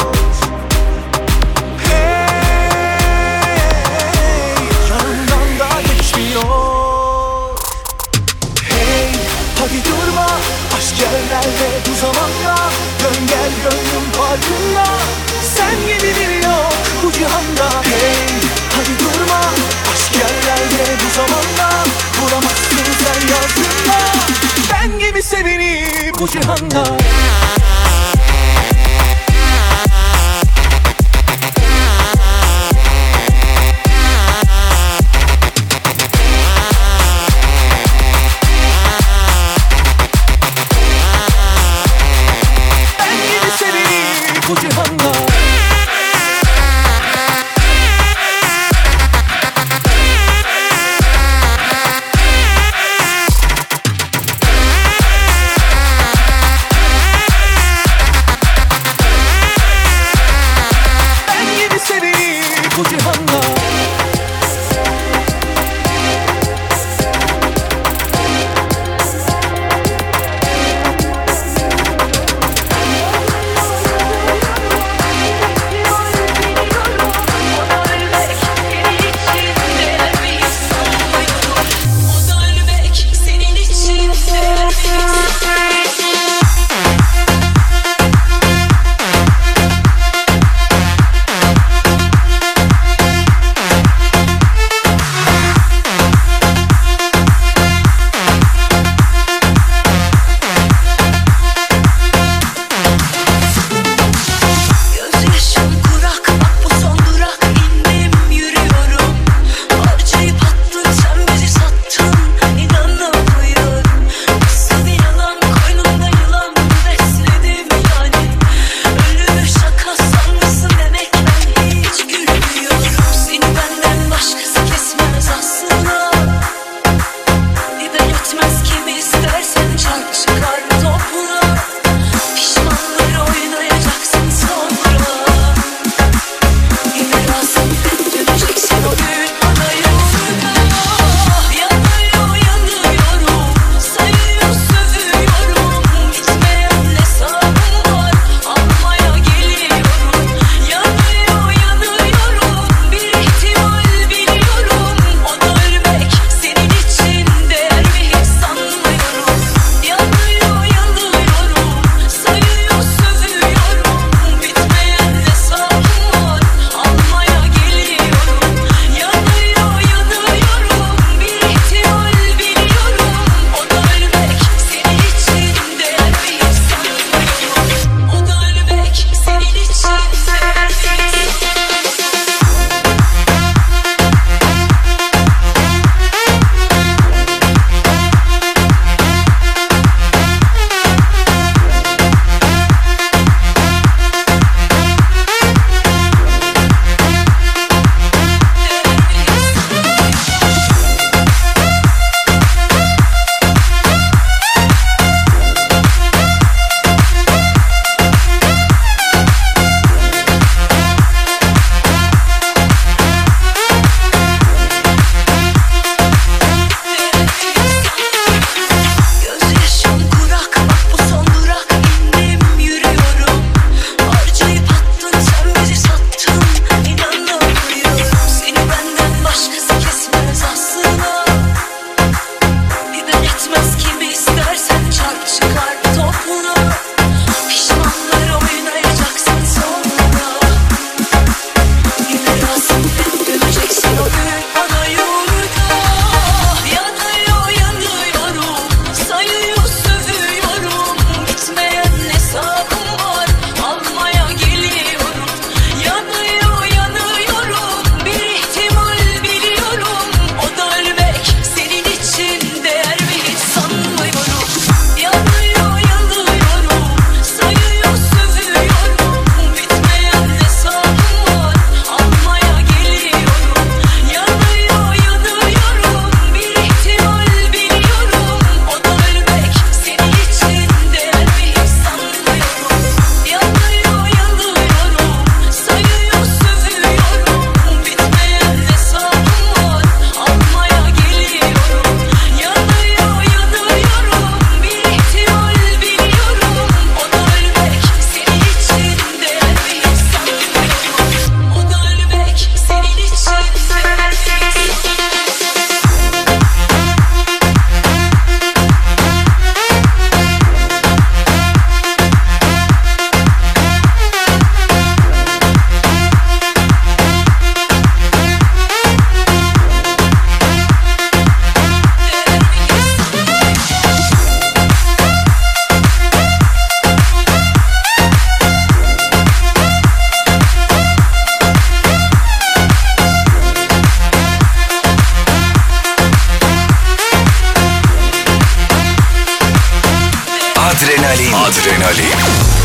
Hey, yanından da geçmiyor. Hey, hadi durma, aşk yerlerde bu zamanda. Dön gel gönlüm farkında, sen gibi biri yok bu cihanda. Hey, hadi durma, aşk yerlerde bu zamanda. Bulamazsın sen yazdığında, ben gibi seveni bu cihanda. Ben gibi seveni bu cihanda. Adrenalin.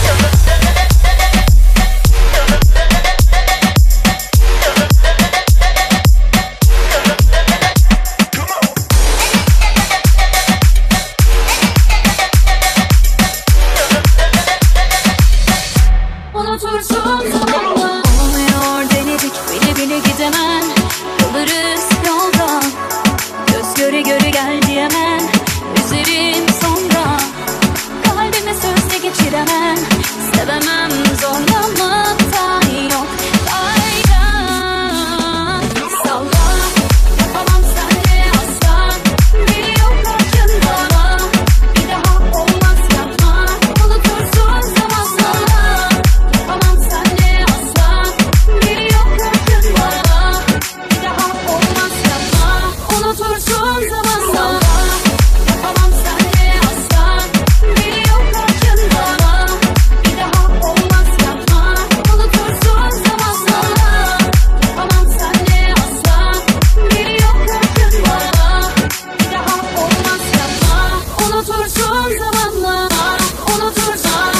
Unutursun zamanla. Olmuyor denedik, bile bile gidemem. Kalırız yolda, göz göre göre gel diyemem. Üzerim sonra, kalbime sözle geçiremem. Sevemem zorlamakta yok fayda. Salla, yapamam senle asla. Biri yok karşında, bir daha olmaz yapma. Unutursun zamanla. Yapamam senle asla. Biri yok karşında, bir daha olmaz yapma. Unutursun zamanla. Yapamam senle asla. Biri yok karşında, bir daha olmaz yapma. Unutursun zamanla. Yapamam senle asla. Biri yok karşında, bir daha olmaz yapma. Unutursun zamanla. Unutursan,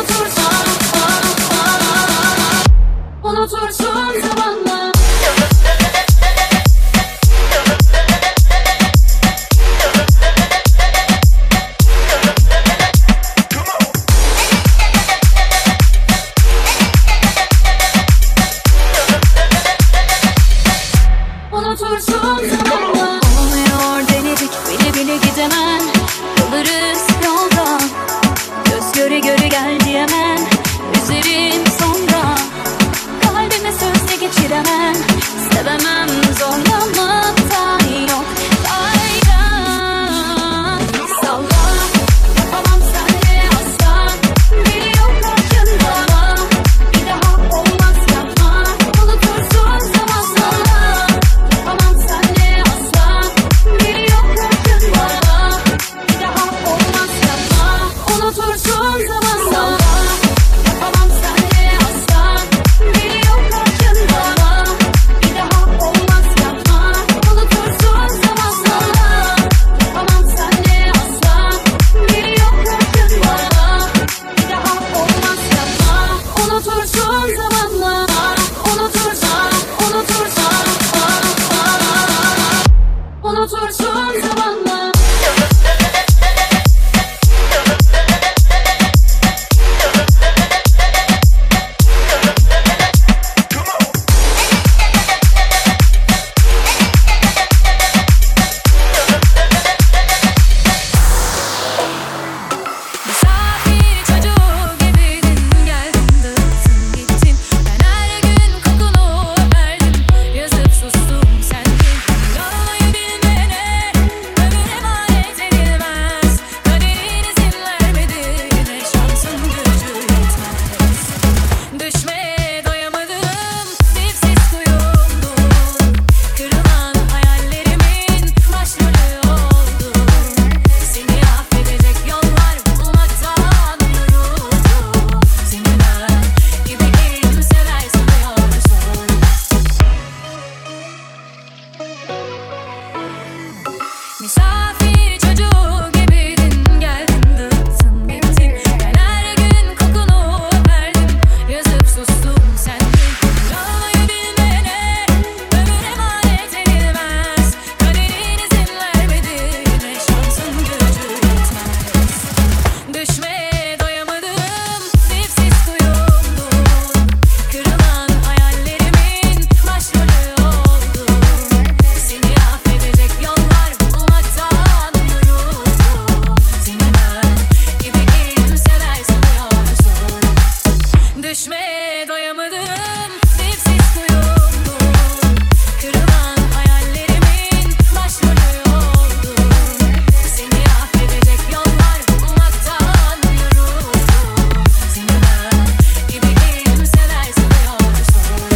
unutursun zamanla. Unutursun zamanla. Olmuyor denedik, bile bile gidemem. Kalırız yolda, göz göre göre gel diyemem. Üzerim sonra, kalbime sözle geçiremem. Sevemem zorlamakta yok fayda. Salla, yapamam senle asla. Biri yok karşında, bir daha olmaz yapma. Unutursun zamanla. Yapamam senle asla. Biri yok karşında, bir daha olmaz yapma. Unutursun zamanla. Yapamam senle asla. Biri yok karşında, bir daha olmaz yapma. Unutursun zamanla. Yapamam senle asla. Biri yok karşında, bir daha olmaz yapma. Unutursun zamanla. Unutursan, unutursun zamanla. Misafir çocuğu gibiydin, geldin dağıttın gittin. Ben her gün kokunu öperdim, yazıp sustum sendin. Yolmayı bilmene ömür emanet edilmez. Kaderin izin vermedi, ne şansın gücü yetmez. Düşmeye doyamadım, dipsiz kuyumdum. Kırılan hayallerimin başrolü oldum. Seni affedecek yollar bulmaktan yoruldum. Seni ben gibi kimseler sanıyorsun. Misafir çocuğu gibiydin, geldin dağıttın gittin. Ben her gün kokunu öperdim, yazıp sustum sendin. Yolmayı bilmene ömür emanet edilmez. Kaderin izin vermedi, ne şansın gücü yetmez. Düşmeye doyamadım, dipsiz kuyumdum. Kırılan hayallerimin başrolü oldum. Seni affedecek yollar bulmaktan yoruldum. Seni ben gibi kimseler sanıyorsun. Düşmeye doyamadım, dipsiz kuyumdum. Kırılan hayallerimin başrolü oldum. Seni affedecek yollar bulmaktan yoruldum. Seni ben gibi kimseler sanıyorsun.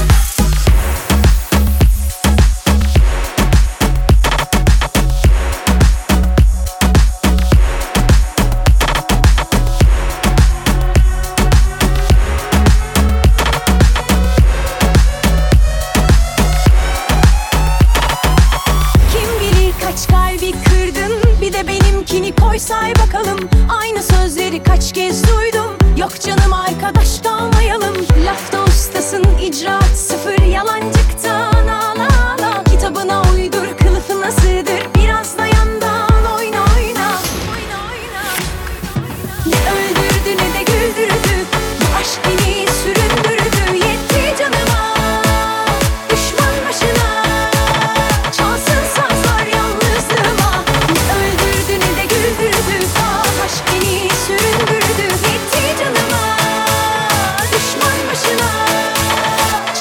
Kim bilir kaç kalbi kırdın, bir de benimkini koy say bakalım. Aynı sözleri kaç kez duydum, Yok canım arkadaş kalmayalım. Lafta ustasın, icraat sıfır, yalancıktan ağla ağla. Kitabına uydur, kılıfına sığdır, biraz da yandan oyna oyna. Ne öldürdü ne de güldürdü, bu aşk beni süründürdü. Yetti canıma, düşman başına, çalsın sazlar yalnızlığıma. Ne öldürdü ne de güldürdü, bu aşk beni süründürdü. Yetti canıma, düşman başına,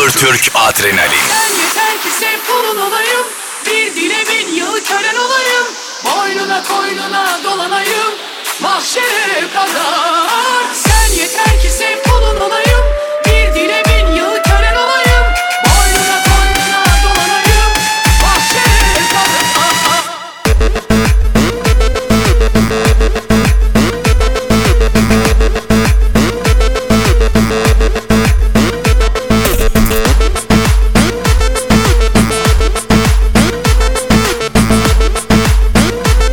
Kültür Türk Adrenalin. Sen yeter ki sev kulun olayım, bir dile bin yıl kölen olayım, boynuna koynuna dolanayım, mahşere kadar. Sen yeter ki sev kulun olayım, bir dile bin yıl kölen olayım, boynuna koynuna dolanayım, mahşere kadar.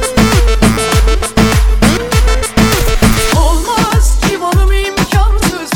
Olmaz ki varım imkansız,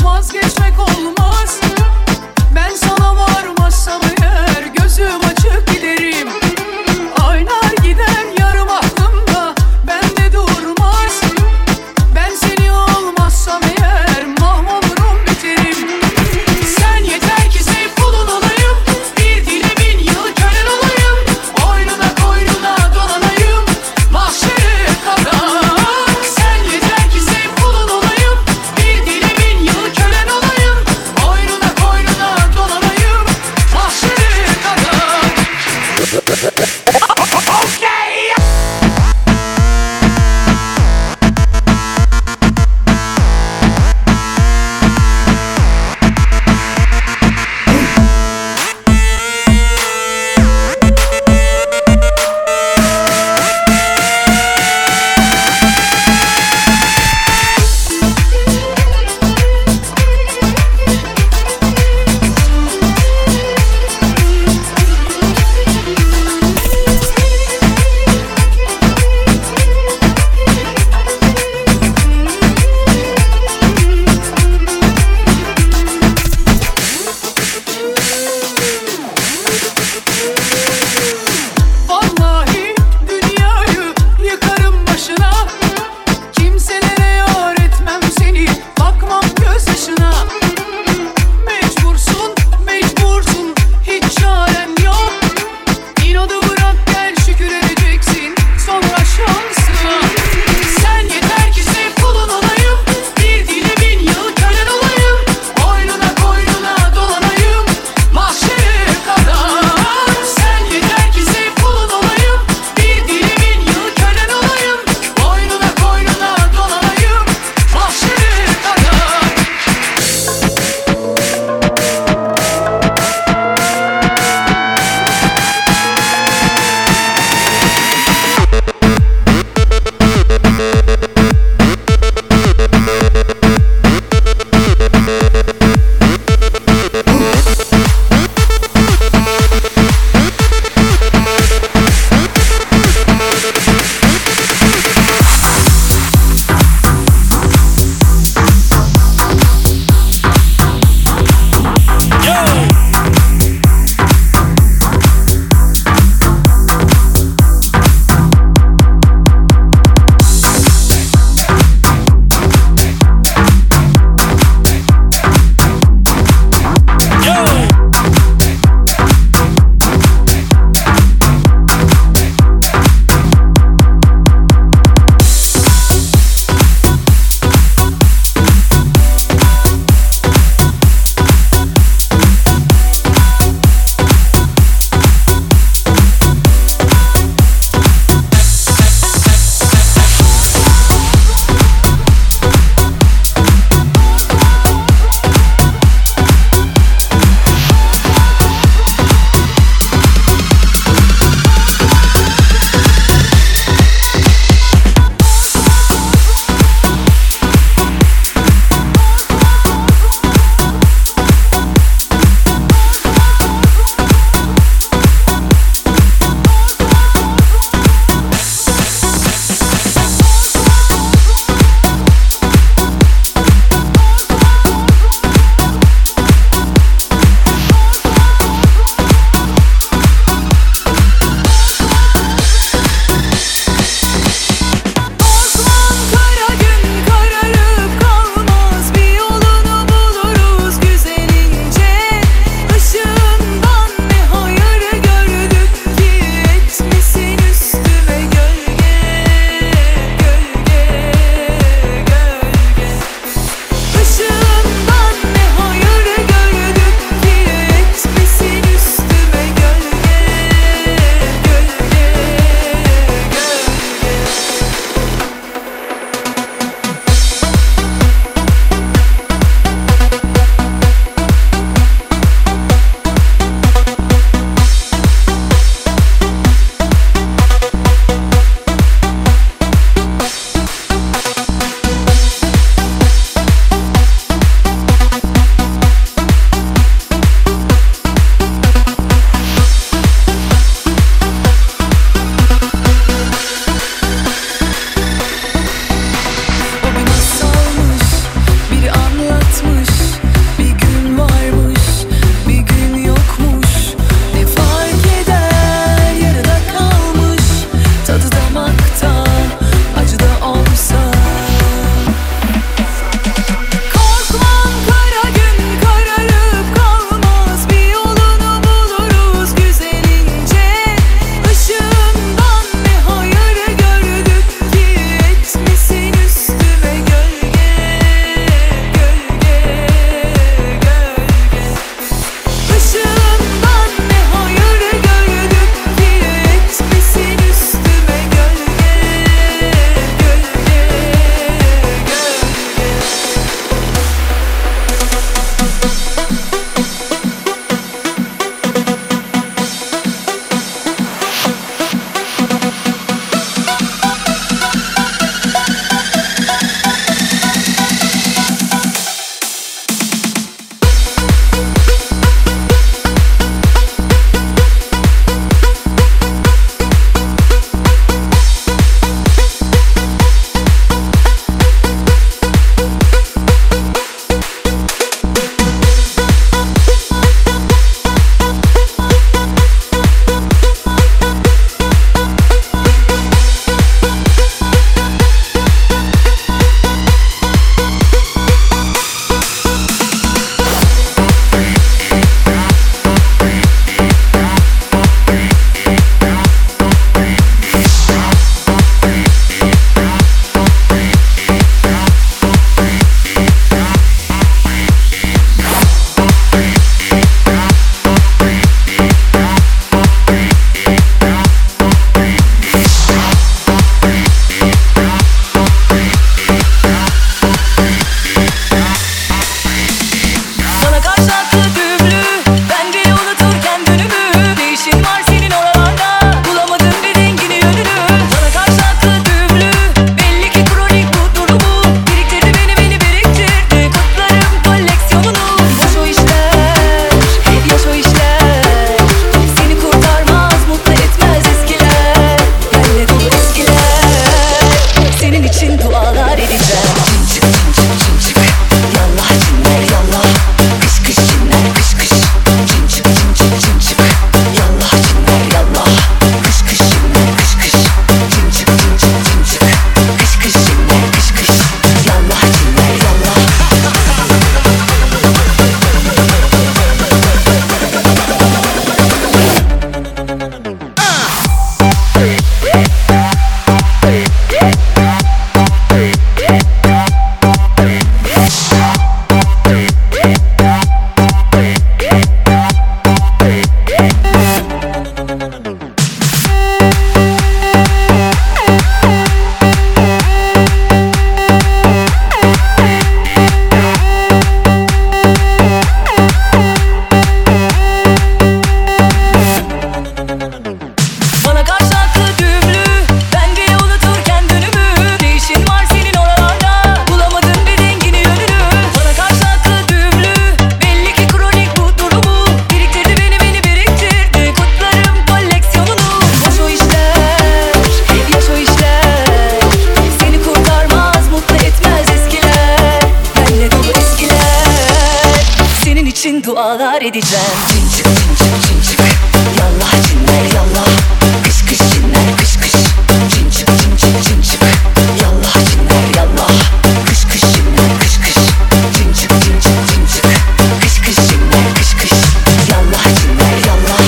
için dualar edeceğim. Cincik cincik cincik, yallah cinler yallah. Kış kış cinler kış kış. Cincik cincik cincik, yallah cinler yallah. Kış kış cinler kış kış. Cincik cincik cincik, kış kış cinler kış kış. Yallah cinler yallah.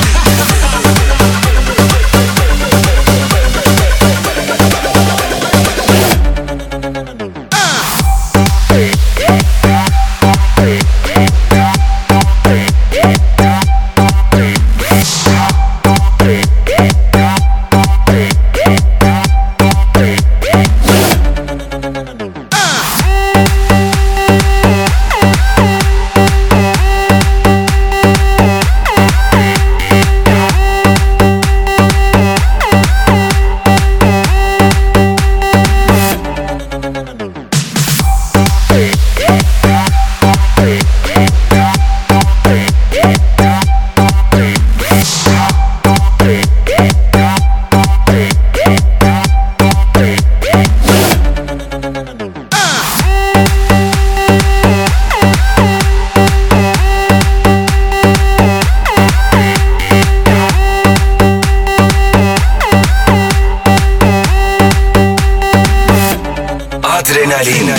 Adrenalin.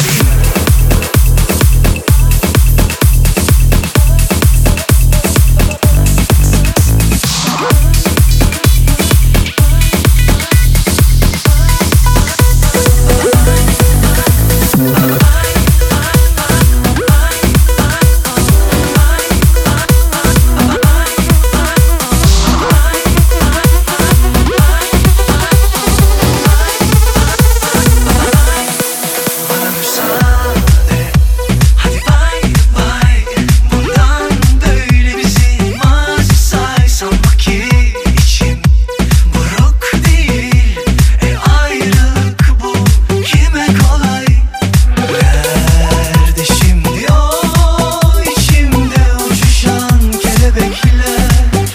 Bana müsaade, hadi bay bay. Bundan böyle bizi mazi saysam vakit için buruk değil. Ayrılık bu kime kolay. Kardeşim diyor içimde uçuşan kelebekler.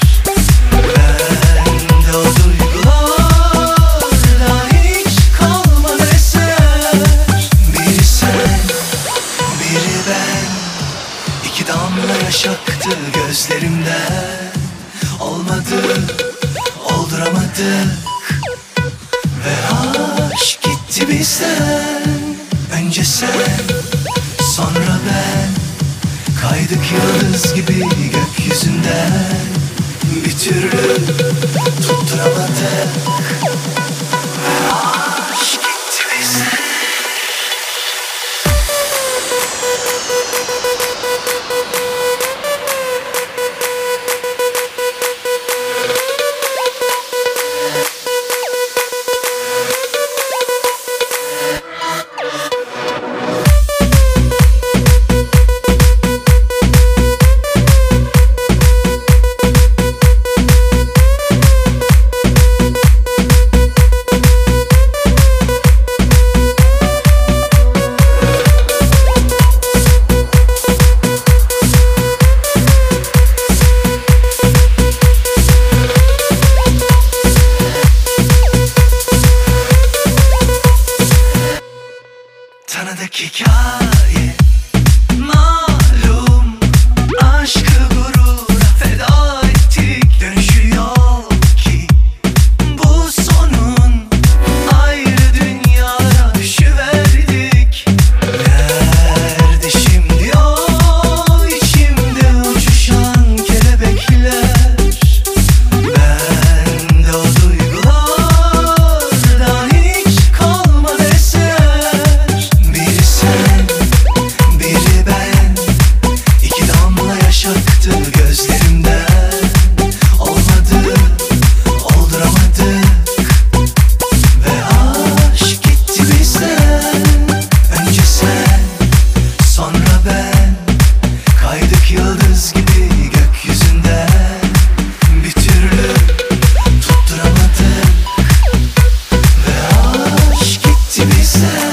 Bende o duygulardan hiç kalmadı eser. Biri sen, biri ben. İki damla yaş aktı gözlerimden. Olmadı, olduramadık. Ve aşk gitti bizden. Önce sen, sonra ben. Kaydık yıldız gibi gökyüzünden. Bir türlü tutturamadık. Ve aşk gitti bizden. Tanıdık hikaye malum. Aşkı gurura feda ettik. Dönüşü yok ki bu sonun. Ayrı dünyalara düşüverdik. Kardeşim diyor içimde uçuşan kelebekler. Bende o duygulardan hiç kalmadı eser. Biri sen, biri ben. İki damla yaş aktı gözlerimden. Olmadı, olduramadık. Ve aşk gitti bizden. Önce sen, sonra ben. Kaydık yıldız gibi gökyüzünden. Bir türlü tutturamadık. Ve aşk gitti bizden.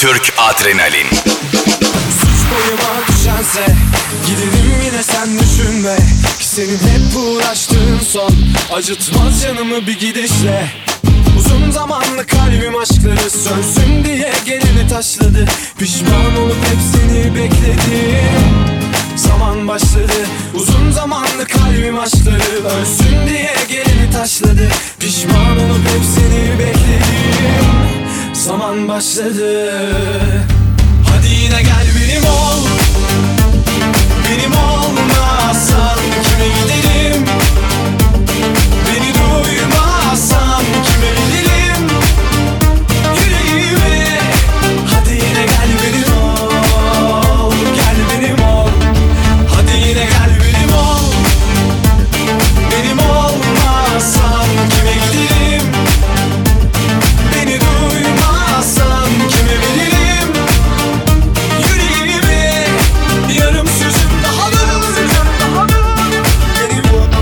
Türk Adrenalin. Suç boyuma düşense giderim yine sen düşünme ki senin hep uğraştığın son acıtmaz canımı bir gidişle. Uzun zamanlı kalbim aşkları sönsün diye gelini taşladı. Pişman olup hepsini bekledim. Zaman başladı. Uzun zamanlı kalbim aşkları ölsün diye gelini taşladı. Pişman olup hepsini bekledim. Zaman başladı. Hadi yine gel benim ol. Benim olmazsan kime giderim? Beni duymazsan kime bilirim? Yüreğime hadi yine gel benim ol. Gel benim ol. Hadi yine gel benim ol. Benim olmazsan kime giderim? Beni duymazsan kime bilirim? Yüreğime yarım sözüm daha da benim ol.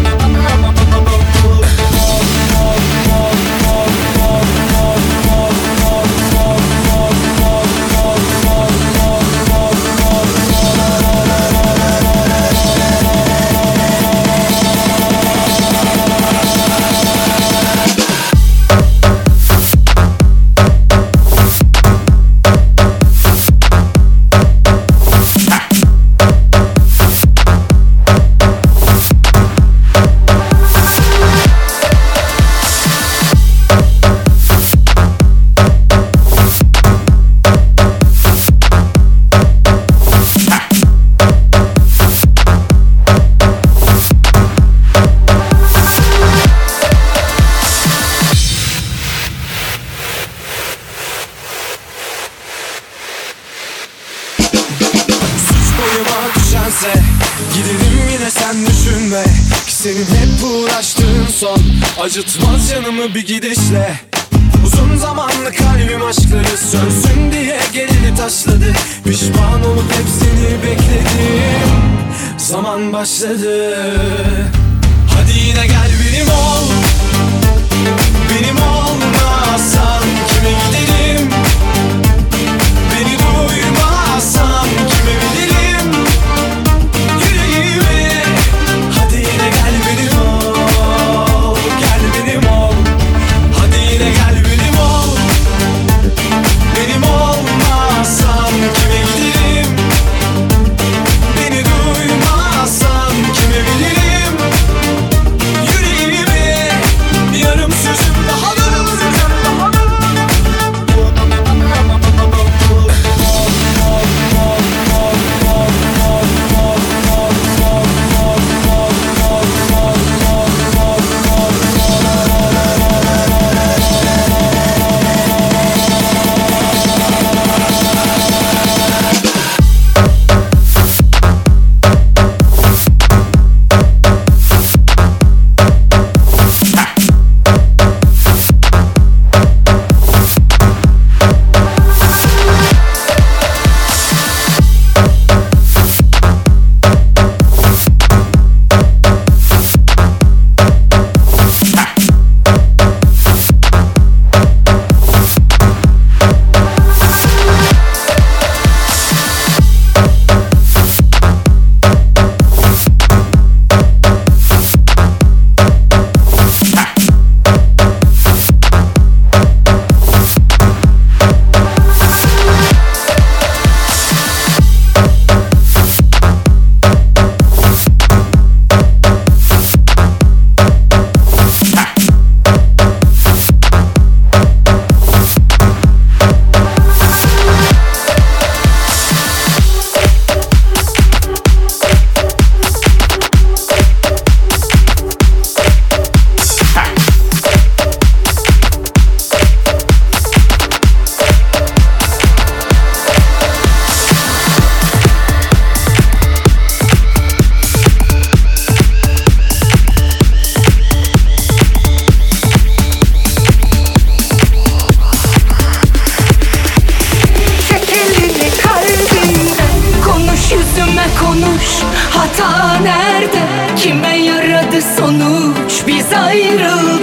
Boyuma düşense giderim yine sen düşünme ki senin hep uğraştığın son acıtmaz canımı bir gidişle. Uzun zamanlı kalbim aşkları sönsün diye gelini taşladı. Pişman olup hepsini bekledim. Zaman başladı. Hadi yine gel benim ol. Benim olmazsan kime giderim? Beni duymazsan kime bilirim? Yüreğime hadi yine gel benim ol. Gel benim ol. Hadi yine gel benim ol. Benim olmazsan kime giderim? Beni duymazsan kime bilirim? Yüreğime yarım sözüm daha da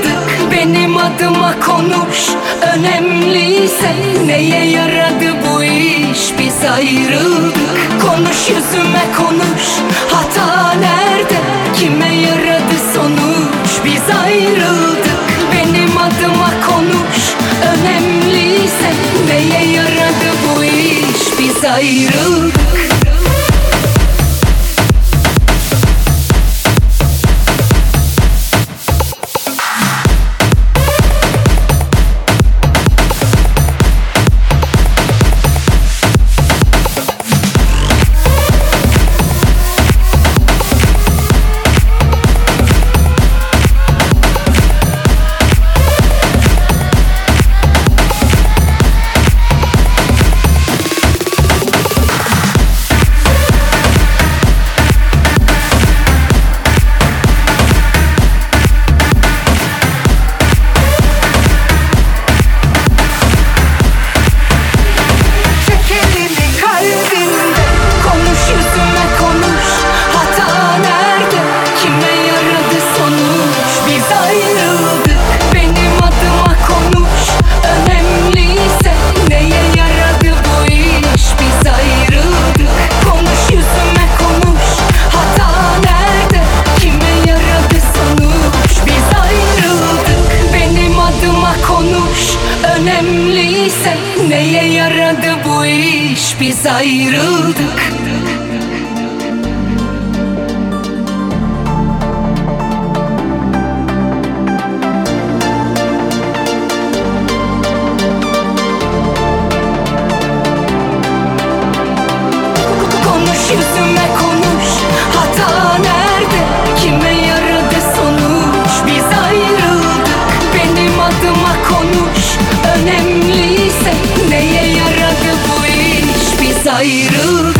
adıma konuş. Önemliyse neye yaradı bu ayrıldık. Konuş yüzüme konuş, hata nerede? Kime yaradı sonuç? Biz ayrıldık. Benim adıma konuş, önemliyse neye yaradı bu iş? Biz ayrıldık. Önemliyse neye yaradı bu iş? Biz ayrıldık. Konuş yüzüme konuş, hata nerede? Kime yaradı sonuç? Biz ayrıldık. Benim adıma konuş, önemliyse neye yaradı bu iş? Biz ayrıldık.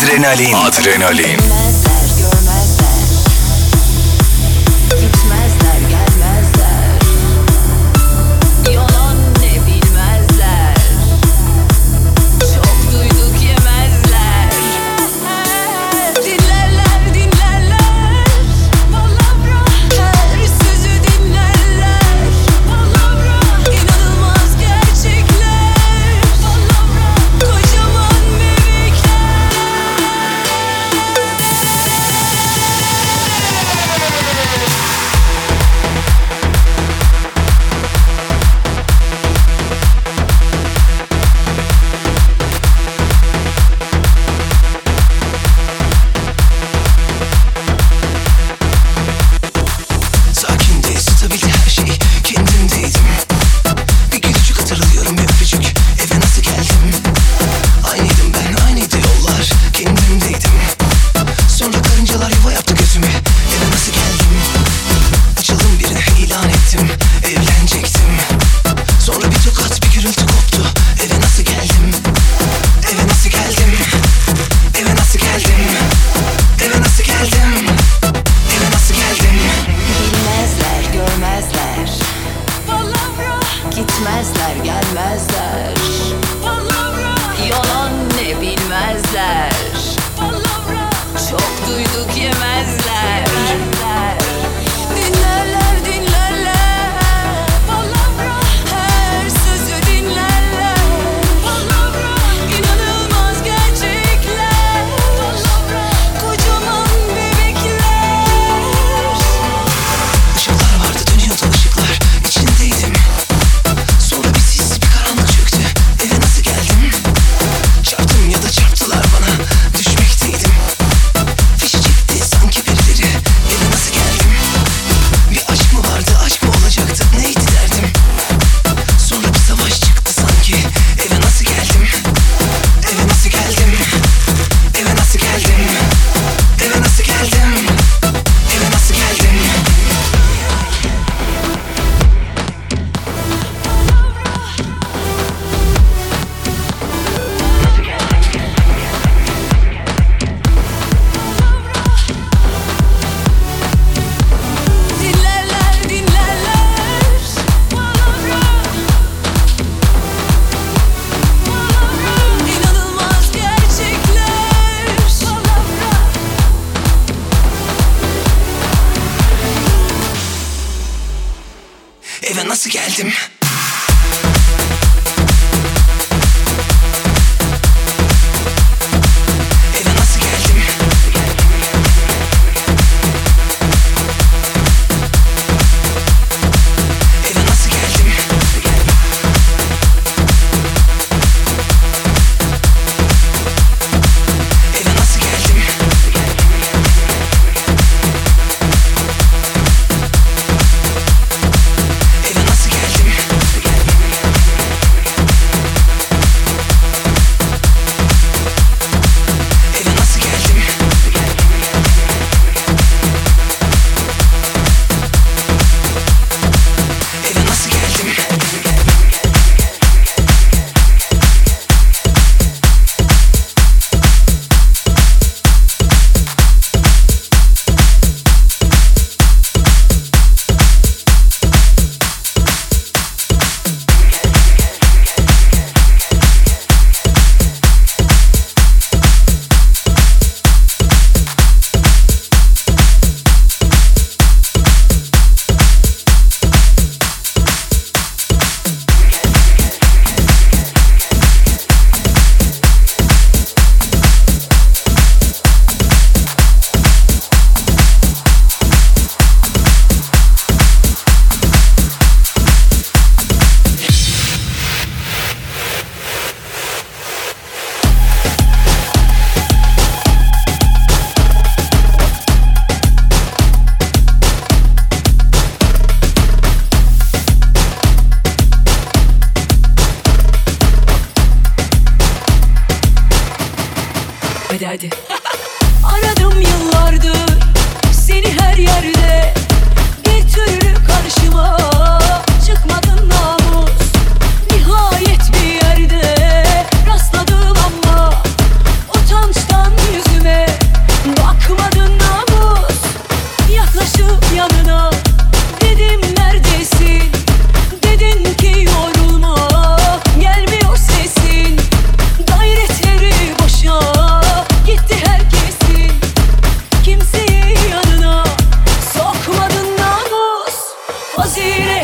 Adrenalin. Adrenalin. Gitmezler, gelmezler. Yalan ne bilmezler. Çok duyduk yemezler. Dinlerler, dinlerler. Palavra, her sözü dinlerler. Palavra, inanılmaz gerçekler. Palavra, kocaman bebekler. Sakindi, stabildi her şey, kendimdeydim. Bir gülücük hatırlıyorum, bir öpücük. Eve nasıl geldim? Aynıydım ben, aynıydı yollar, kendimdeydim. Sonra karıncalar yuva yaptı gözüme. Eve nasıl geldim? Açıldım birine, ilan ettim, evlenecektim. Sonra bir tokat, bir gürültü koptu. Eve nasıl geldim? Eve nasıl geldim? Eve nasıl geldim? Eve nasıl geldim? Eve nasıl geldim? Bilmezler, görmezler. Palavra, gitmezler, gelmezler. Palavra, yalan ne bilmezler. Palavra, çok duyduk yemezler. Dinlerler, dinlerler. Palavra, her sözü dinlerler. Palavra, inanılmaz gerçekler. Palavra, kocaman bebekler. Işıklar vardı, dönüyordu ışıklar, içindeydim. Sonra bir sis, bir karanlık çöktü. Eve nasıl geldim? Çarptım ya da çarptılar bana, düşmekteydim. Fişi çekti sanki birileri. Eve nasıl geldim? Bir aşk mı vardı, aşk mı olacaktı, neydi derdim? Sonra bir savaş çıktı sanki. Eve nasıl geldim? Eve nasıl geldim? Eve nasıl geldim? Eve nasıl geldim? Eve nasıl geldim? Dinlerler, dinlerler. Palavra, palavra, inanılmaz gerçekler. Palavra. Eve nasıl geldim? Eve nasıl geldim? Eve nasıl geldim? Eve nasıl geldim? Eve nasıl geldim?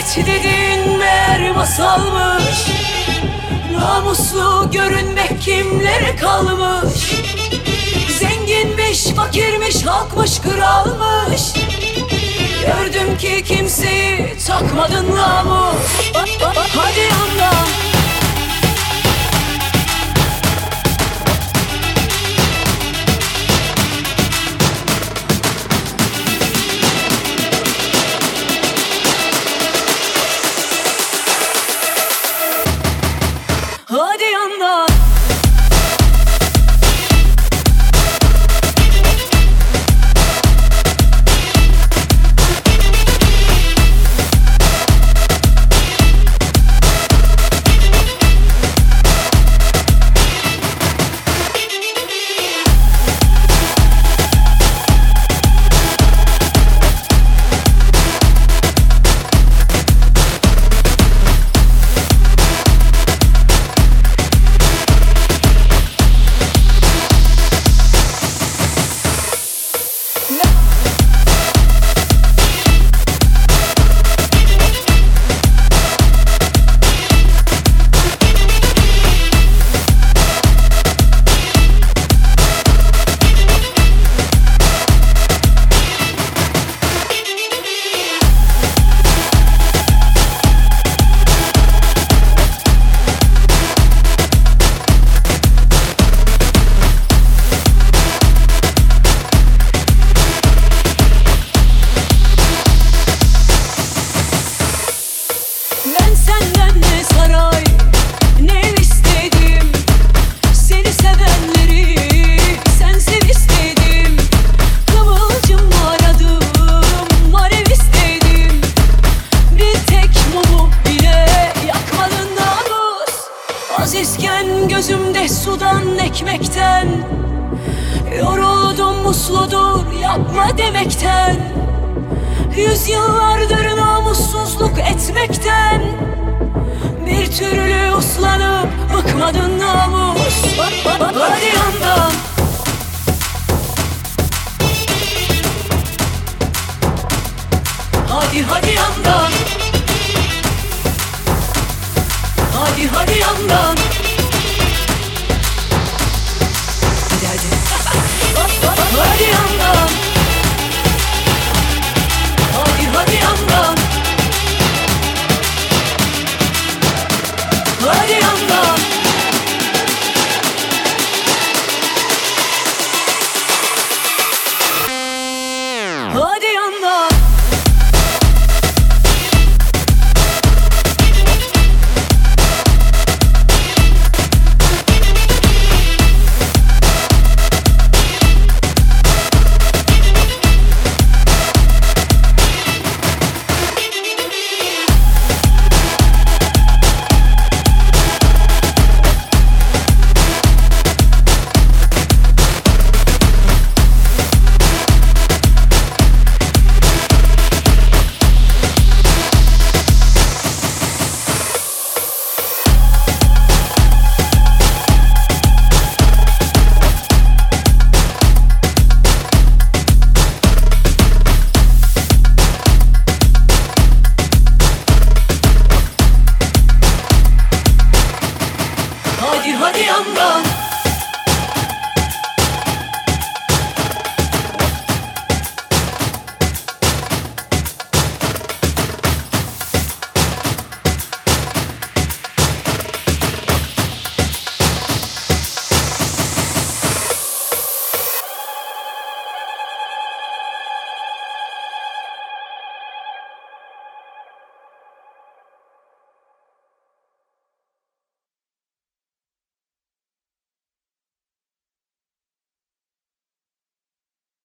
Cennet dediğin meğer masalmış. Namuslu görünmek kimlere kalmış? Zenginmiş, fakirmiş, halkmış, kralmış. Gördüm ki kimseyi takmadın namus. Hadi yandan. Hadi yandan. Ben senden ne saray, ne ev istedim. Seni sevenleri sen sev istedim. Kıvılcım aradım, alev istedim. Bir tek mumu bile yakmadın namus. Azizken gözümde sudan ekmekten. Yoruldum musludur yapma demekten. Yüzyıllardır namussuzluk etmekten. Bir türlü uslanıp bıkmadın namus. Hadi yandan. Hadi yandan. Hadi yandan. Hadi yandan.